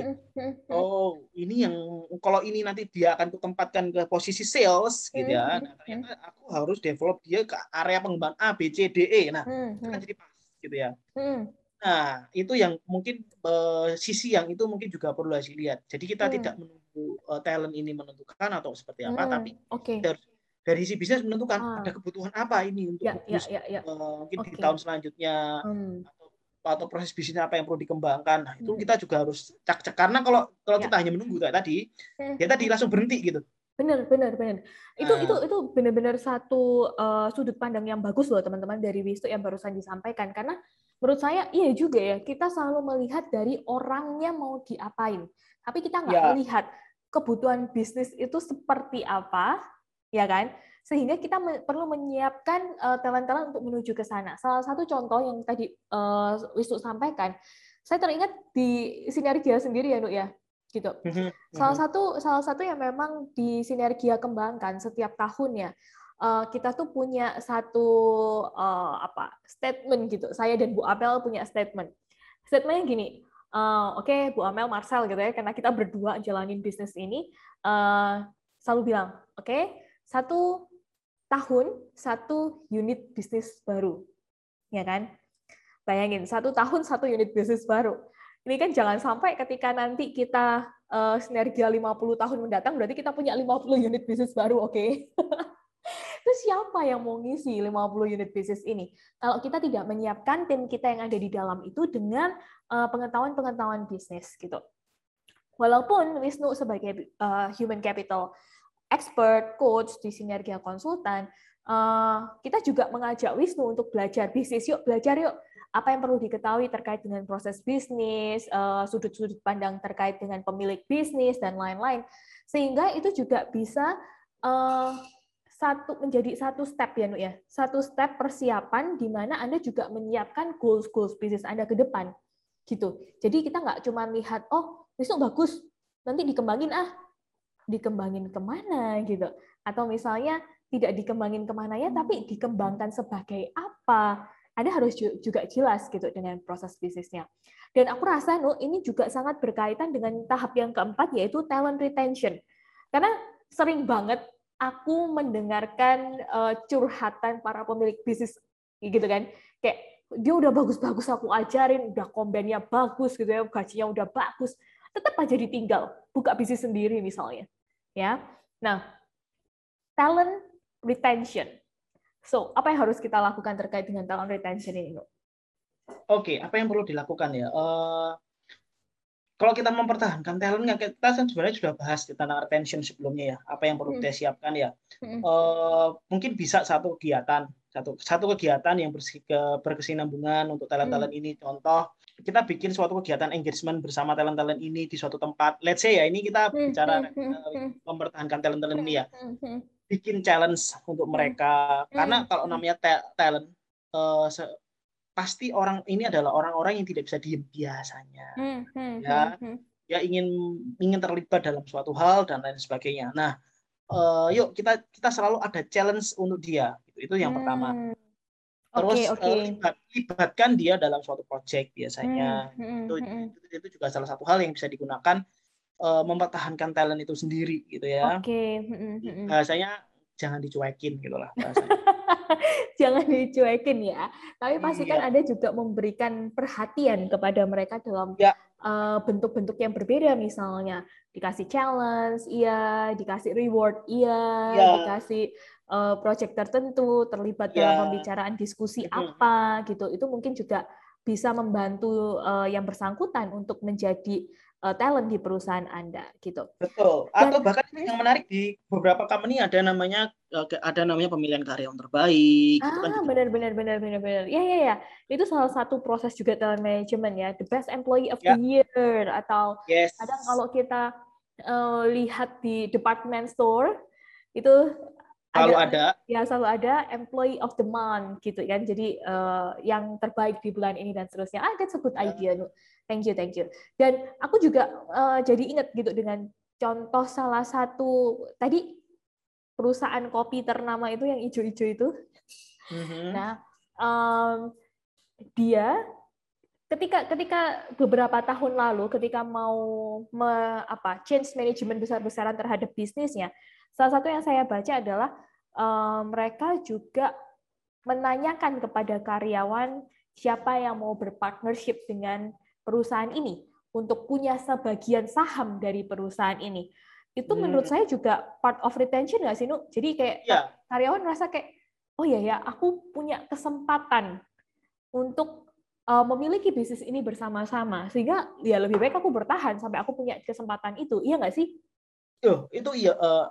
Oh ini yang kalau ini nanti dia akan kutempatkan ke posisi sales gitu ya. Nah ternyata aku harus develop dia ke area pengembangan A B C D E. Nah itu kan jadi pas gitu ya. Nah, itu yang mungkin uh, sisi yang itu mungkin juga perlu dilihat. Jadi kita hmm. tidak menunggu uh, talent ini menentukan atau seperti apa, hmm. tapi okay. dari, dari si bisnis menentukan ah. ada kebutuhan apa ini untuk ya, ya, ya, ya. Uh, mungkin okay. di tahun selanjutnya hmm. atau, atau proses bisnisnya apa yang perlu dikembangkan. Nah, itu hmm. kita juga harus cek-cek karena kalau kalau ya. kita hanya menunggu kayak tadi, hmm. ya tadi langsung berhenti gitu. Benar, benar, benar. Itu uh. itu itu benar-benar satu uh, sudut pandang yang bagus loh teman-teman dari Wisnu yang barusan disampaikan karena menurut saya iya juga ya kita selalu melihat dari orangnya mau diapain, tapi kita nggak ya. melihat kebutuhan bisnis itu seperti apa, ya kan? Sehingga kita me- perlu menyiapkan uh, talent-talent untuk menuju ke sana. Salah satu contoh yang tadi uh, Wisnu sampaikan, saya teringat di Sinergia sendiri ya, Nuk ya. gitu. Salah satu salah satu yang memang di Sinergia kembangkan setiap tahunnya, kita tuh punya satu apa statement gitu. Saya dan Bu Amel punya statement. Statementnya gini, oke okay, Bu Amel, Marcel gitu ya, karena kita berdua jalanin bisnis ini, selalu bilang, oke, okay, satu tahun satu unit bisnis baru, ya kan? Bayangin satu tahun satu unit bisnis baru. Ini kan jangan sampai ketika nanti kita uh, Sinergia lima puluh tahun mendatang, berarti kita punya lima puluh unit bisnis baru, oke? Okay? Terus siapa yang mau ngisi lima puluh unit bisnis ini? Kalau kita tidak menyiapkan tim kita yang ada di dalam itu dengan uh, pengetahuan-pengetahuan bisnis, gitu. Walaupun Wisnu sebagai uh, human capital expert, coach di Sinergia Konsultan, uh, kita juga mengajak Wisnu untuk belajar bisnis. Yuk, belajar yuk. Apa yang perlu diketahui terkait dengan proses bisnis, sudut-sudut pandang terkait dengan pemilik bisnis, dan lain-lain. Sehingga itu juga bisa uh, satu menjadi satu step ya, Nu ya. Satu step persiapan di mana Anda juga menyiapkan goals-goals bisnis Anda ke depan. Gitu. Jadi kita nggak cuma lihat, oh, Wisnu bagus, nanti dikembangin ah. Dikembangin kemana gitu. Atau misalnya tidak dikembangin kemana ya, tapi dikembangkan sebagai apa. Anda harus juga jelas gitu dengan proses bisnisnya. Dan aku rasa Nu ini juga sangat berkaitan dengan tahap yang keempat, yaitu talent retention. Karena sering banget aku mendengarkan uh, curhatan para pemilik bisnis gitu kan. Kayak dia udah bagus-bagus aku ajarin, udah kombennya bagus gitu ya, gajinya udah bagus, tetap aja ditinggal, buka bisnis sendiri misalnya. Ya. Nah, talent retention. So, apa yang harus kita lakukan terkait dengan talent retention ini, Nu? Oke, apa yang perlu dilakukan ya? Uh, kalau kita mempertahankan talentnya, kita kan sebenarnya sudah bahas tentang retention sebelumnya ya. Apa yang perlu hmm. kita siapkan ya? Hmm. Uh, mungkin bisa satu kegiatan, satu satu kegiatan yang berkesinambungan untuk talent-talent hmm. ini. Contoh, kita bikin suatu kegiatan engagement bersama talent-talent ini di suatu tempat. Let's say ya, ini kita bicara uh, mempertahankan talent-talent ini ya. Bikin challenge untuk mereka, karena kalau namanya talent uh, pasti orang ini adalah orang-orang yang tidak bisa diem biasanya, ya, ya ingin ingin terlibat dalam suatu hal dan lain sebagainya. Nah, uh, yuk kita kita selalu ada challenge untuk dia, itu yang hmm. pertama. Terus okay, okay. Uh, libat, libatkan dia dalam suatu project biasanya, hmm. itu, itu itu juga salah satu hal yang bisa digunakan uh, mempertahankan talent itu sendiri, gitu ya. Oke. Okay. Bahasanya jangan dicuekin gitulah bahasanya. Jangan dicuekin ya. Tapi pastikan iya. Anda juga memberikan perhatian kepada mereka dalam ya. uh, bentuk-bentuk yang berbeda, misalnya dikasih challenge, iya, dikasih reward, iya, ya. dikasih uh, project tertentu, terlibat ya. dalam pembicaraan diskusi mm-hmm. apa gitu. Itu mungkin juga bisa membantu uh, yang bersangkutan untuk menjadi uh, talent di perusahaan Anda gitu. Betul. Atau Dan, bahkan yang menarik di beberapa company ada namanya ada namanya pemilihan karyawan terbaik. Ah, gitu kan benar benar benar benar benar. Ya ya ya. Itu salah satu proses juga talent management ya. The best employee of ya. the year, atau yes. kadang kalau kita uh, lihat di department store itu selalu ada, ada ya selalu ada employee of the month gitu kan. Jadi uh, yang terbaik di bulan ini dan seterusnya. Ah, that's a good idea. Thank you, thank you. Dan aku juga uh, jadi ingat gitu dengan contoh salah satu tadi perusahaan kopi ternama itu yang hijau-hijau itu. Mm-hmm. Nah, um, dia ketika ketika beberapa tahun lalu ketika mau me, apa change management besar-besaran terhadap bisnisnya, salah satu yang saya baca adalah um, mereka juga menanyakan kepada karyawan siapa yang mau berpartnership dengan perusahaan ini untuk punya sebagian saham dari perusahaan ini. Itu menurut hmm. saya juga part of retention nggak sih, Nu? Jadi kayak ya. karyawan merasa kayak, oh iya ya, aku punya kesempatan untuk uh, memiliki bisnis ini bersama-sama, sehingga ya lebih baik aku bertahan sampai aku punya kesempatan itu. Iya nggak sih? Tuh, itu iya. Uh,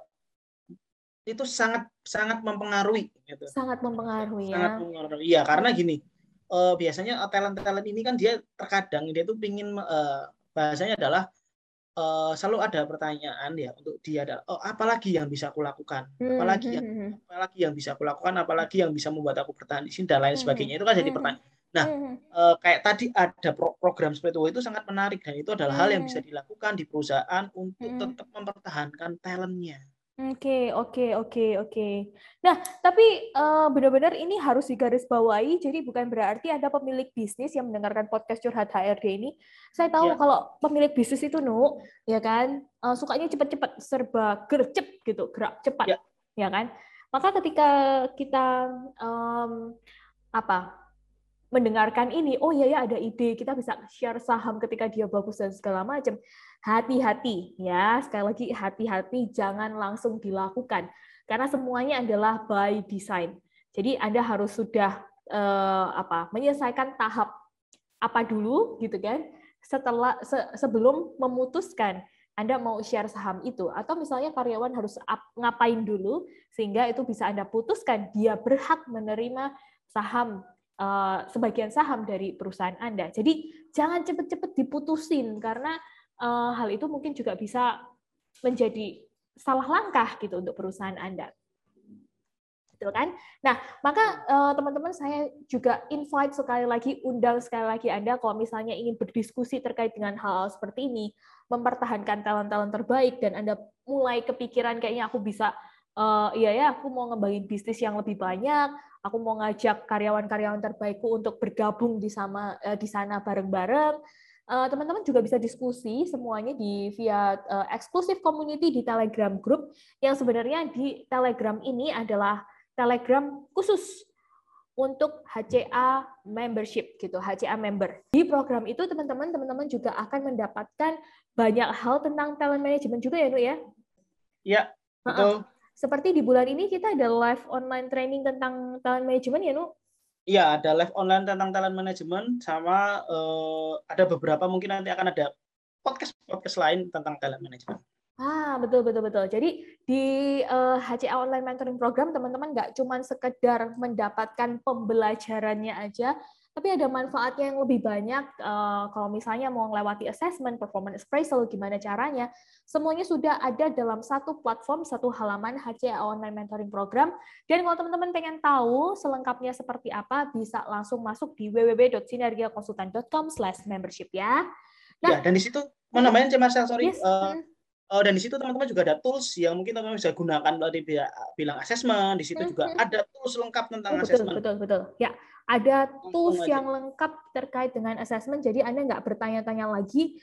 itu sangat sangat mempengaruhi. Gitu. Sangat mempengaruhi sangat ya. mempengaruhi. Iya, karena gini, uh, biasanya talent-talent ini kan dia terkadang dia tuh pingin uh, bahasanya adalah Uh, selalu ada pertanyaan ya untuk dia adalah oh, apalagi yang bisa aku lakukan, apalagi yang apalagi yang bisa aku lakukan, apalagi yang bisa membuat aku bertahan di sini dan lain sebagainya. Itu kan jadi pertanyaan. Nah, hmm. uh, kayak tadi ada pro program seperti itu, itu sangat menarik dan itu adalah hmm. hal yang bisa dilakukan di perusahaan untuk hmm. tetap mempertahankan talentnya. Oke, oke, oke, oke. Nah, tapi uh, benar-benar ini harus digarisbawahi. Jadi bukan berarti ada pemilik bisnis yang mendengarkan podcast Curhat H R D ini. Saya tahu ya. Kalau pemilik bisnis itu, Nu, ya kan, uh, sukanya cepat-cepat, serba gercep gitu, gerak cepat, ya, ya kan. Maka ketika kita um, apa mendengarkan ini, oh iya ya ada ide, kita bisa share saham ketika dia bagus dan segala macam. Hati-hati ya, sekali lagi hati-hati, jangan langsung dilakukan karena semuanya adalah by design. Jadi Anda harus sudah eh, apa menyelesaikan tahap apa dulu gitu kan, setelah se, sebelum memutuskan Anda mau share saham itu, atau misalnya karyawan harus up, ngapain dulu sehingga itu bisa Anda putuskan dia berhak menerima saham, uh, sebagian saham dari perusahaan Anda. Jadi jangan cepet-cepet diputusin karena uh, hal itu mungkin juga bisa menjadi salah langkah gitu untuk perusahaan Anda. Betul kan? Nah, maka uh, teman-teman saya juga invite sekali lagi, undang sekali lagi Anda kalau misalnya ingin berdiskusi terkait dengan hal-hal seperti ini, mempertahankan talent-talent terbaik, dan Anda mulai kepikiran kayaknya aku bisa, uh, iya ya, aku mau ngembangin bisnis yang lebih banyak, aku mau ngajak karyawan-karyawan terbaikku untuk bergabung di sama uh, di sana bareng-bareng. Uh, teman-teman juga bisa diskusi semuanya di via uh, exclusive community di Telegram group, yang sebenarnya di Telegram ini adalah Telegram khusus untuk H C A membership gitu, H C A member. Di program itu teman-teman teman-teman juga akan mendapatkan banyak hal tentang talent management juga ya, Nu ya? Iya, betul. Seperti di bulan ini kita ada live online training tentang talent management ya, Nu? Iya, ada live online tentang talent management sama uh, ada beberapa mungkin nanti akan ada podcast-podcast lain tentang talent management. Ah, betul, betul, betul. Jadi di uh, H C A Online Mentoring Program, teman-teman nggak cuma sekedar mendapatkan pembelajarannya aja, tapi ada manfaatnya yang lebih banyak. Uh, kalau misalnya mau melewati assessment, performance appraisal, gimana caranya, semuanya sudah ada dalam satu platform, satu halaman H C A Online Mentoring Program. Dan kalau teman-teman pengen tahu selengkapnya seperti apa, bisa langsung masuk di w w w dot sinergiakonsultan dot com slash membership ya. Nah, ya, dan di situ mau nambahin sih Marcel, sorry. Yes. Uh, Uh, dan di situ teman-teman juga ada tools yang mungkin teman-teman bisa gunakan tadi bilang assessment. Di situ juga ada tools lengkap tentang oh, betul, assessment. Betul, betul, Ya, ada tools yang lengkap terkait dengan assessment. Jadi Anda nggak bertanya-tanya lagi,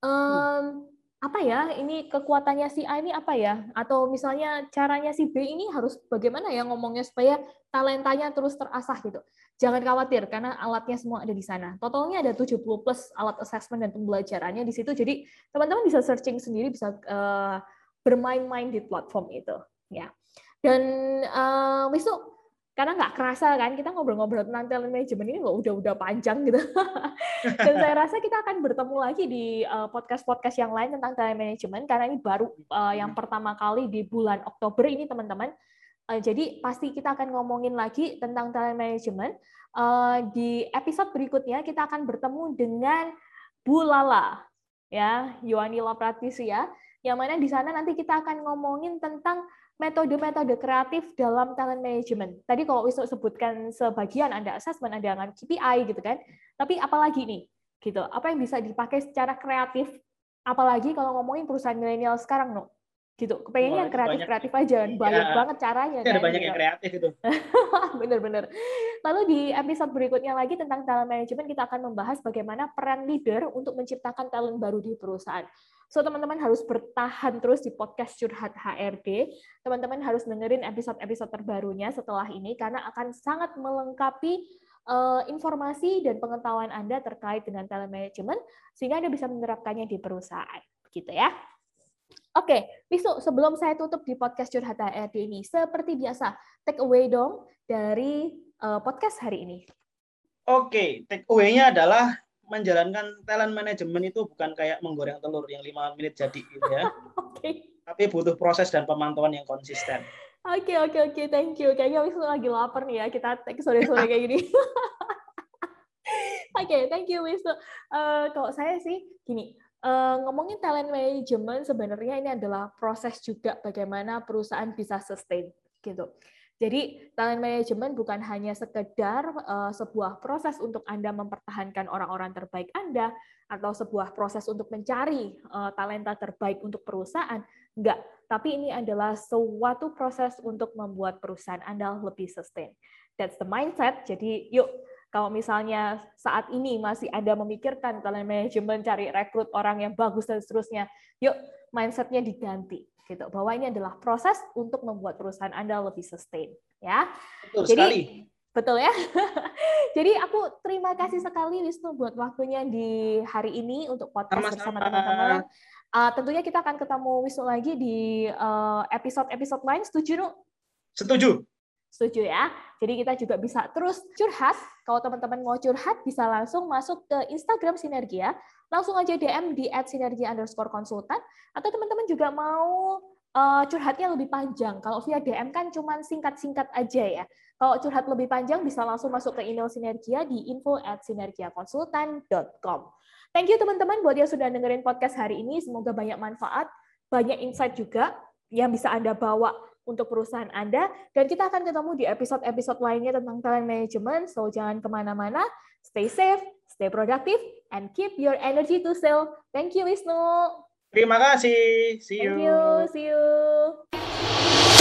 um, apa ya, ini kekuatannya si A ini apa ya? Atau misalnya caranya si B ini harus bagaimana ya ngomongnya supaya talentanya terus terasah gitu. Jangan khawatir, karena alatnya semua ada di sana. Totalnya ada tujuh puluh plus alat assessment dan pembelajarannya di situ. Jadi teman-teman bisa searching sendiri, bisa uh, bermain-main di platform itu. Ya. Dan uh, Wisnu, karena nggak kerasa kan, kita ngobrol-ngobrol tentang talent management ini loh, udah-udah panjang gitu. Dan saya rasa kita akan bertemu lagi di uh, podcast-podcast yang lain tentang talent management, karena ini baru uh, yang pertama kali di bulan Oktober ini, teman-teman. Uh, jadi pasti kita akan ngomongin lagi tentang talent management. Uh, di episode berikutnya kita akan bertemu dengan Bu Lala, ya, Yohanila Pratisia, yang mana di sana nanti kita akan ngomongin tentang metode-metode kreatif dalam talent management. Tadi kalau Wisnu sebutkan sebagian, ada assessment, ada dengan K P I gitu kan. Tapi apalagi nih, gitu. Apa yang bisa dipakai secara kreatif? Apalagi kalau ngomongin perusahaan milenial sekarang, no. Gitu. Kepengennya yang kreatif-kreatif aja, banyak ya, banget caranya kan. Ada banyak gitu. yang kreatif itu. Bener-bener. Lalu di episode berikutnya lagi tentang talent management, kita akan membahas bagaimana peran leader untuk menciptakan talent baru di perusahaan. So, teman-teman harus bertahan terus di podcast Curhat H R D. Teman-teman harus dengerin episode-episode terbarunya setelah ini, karena akan sangat melengkapi uh, informasi dan pengetahuan Anda terkait dengan talent management, sehingga Anda bisa menerapkannya di perusahaan. Begitu ya. Oke, Wisnu, sebelum saya tutup di podcast Curhat H R D ini, seperti biasa, take away dong dari uh, podcast hari ini. Oke, take away-nya adalah menjalankan talent management itu bukan kayak menggoreng telur yang lima menit jadi gitu ya. Oke. Tapi butuh proses dan pemantauan yang konsisten. Oke, oke, oke, thank you. Kayaknya Wisnu lagi lapar nih ya, kita take sore-sore kayak gini. Oke, okay, thank you Wisnu. Uh, kalau saya sih gini, Uh, ngomongin talent management sebenarnya ini adalah proses juga bagaimana perusahaan bisa sustain gitu. Jadi talent management bukan hanya sekedar uh, sebuah proses untuk Anda mempertahankan orang-orang terbaik Anda atau sebuah proses untuk mencari uh, talenta terbaik untuk perusahaan. Enggak, tapi ini adalah suatu proses untuk membuat perusahaan Anda lebih sustain. That's the mindset. Jadi yuk, kalau misalnya saat ini masih Anda memikirkan talent management, cari rekrut orang yang bagus dan seterusnya, yuk mindset-nya diganti. Gitu, bahwa ini adalah proses untuk membuat perusahaan Anda lebih sustain, ya. Betul Jadi sekali. betul ya. Jadi aku terima kasih sekali Wisnu buat waktunya di hari ini untuk podcast bersama teman-teman. Uh, tentunya kita akan ketemu Wisnu lagi di uh, episode-episode lain. Setuju, Nu? Setuju. Setuju ya. Jadi kita juga bisa terus curhat. Kalau teman-teman mau curhat, bisa langsung masuk ke Instagram Sinergia. Langsung aja D M di at sinergia underscore konsultan. Atau teman-teman juga mau uh, curhatnya lebih panjang. Kalau via D M kan cuma singkat-singkat aja ya. Kalau curhat lebih panjang, bisa langsung masuk ke email Sinergia di info at sinergiakonsultan dot com. Thank you teman-teman buat yang sudah dengerin podcast hari ini. Semoga banyak manfaat, banyak insight juga yang bisa Anda bawa untuk perusahaan Anda. Dan kita akan ketemu di episode-episode lainnya tentang talent management. So, jangan kemana-mana. Stay safe, stay productive, and keep your energy to sell. Thank you, Wisnu. Terima kasih. See you. Thank you. See you.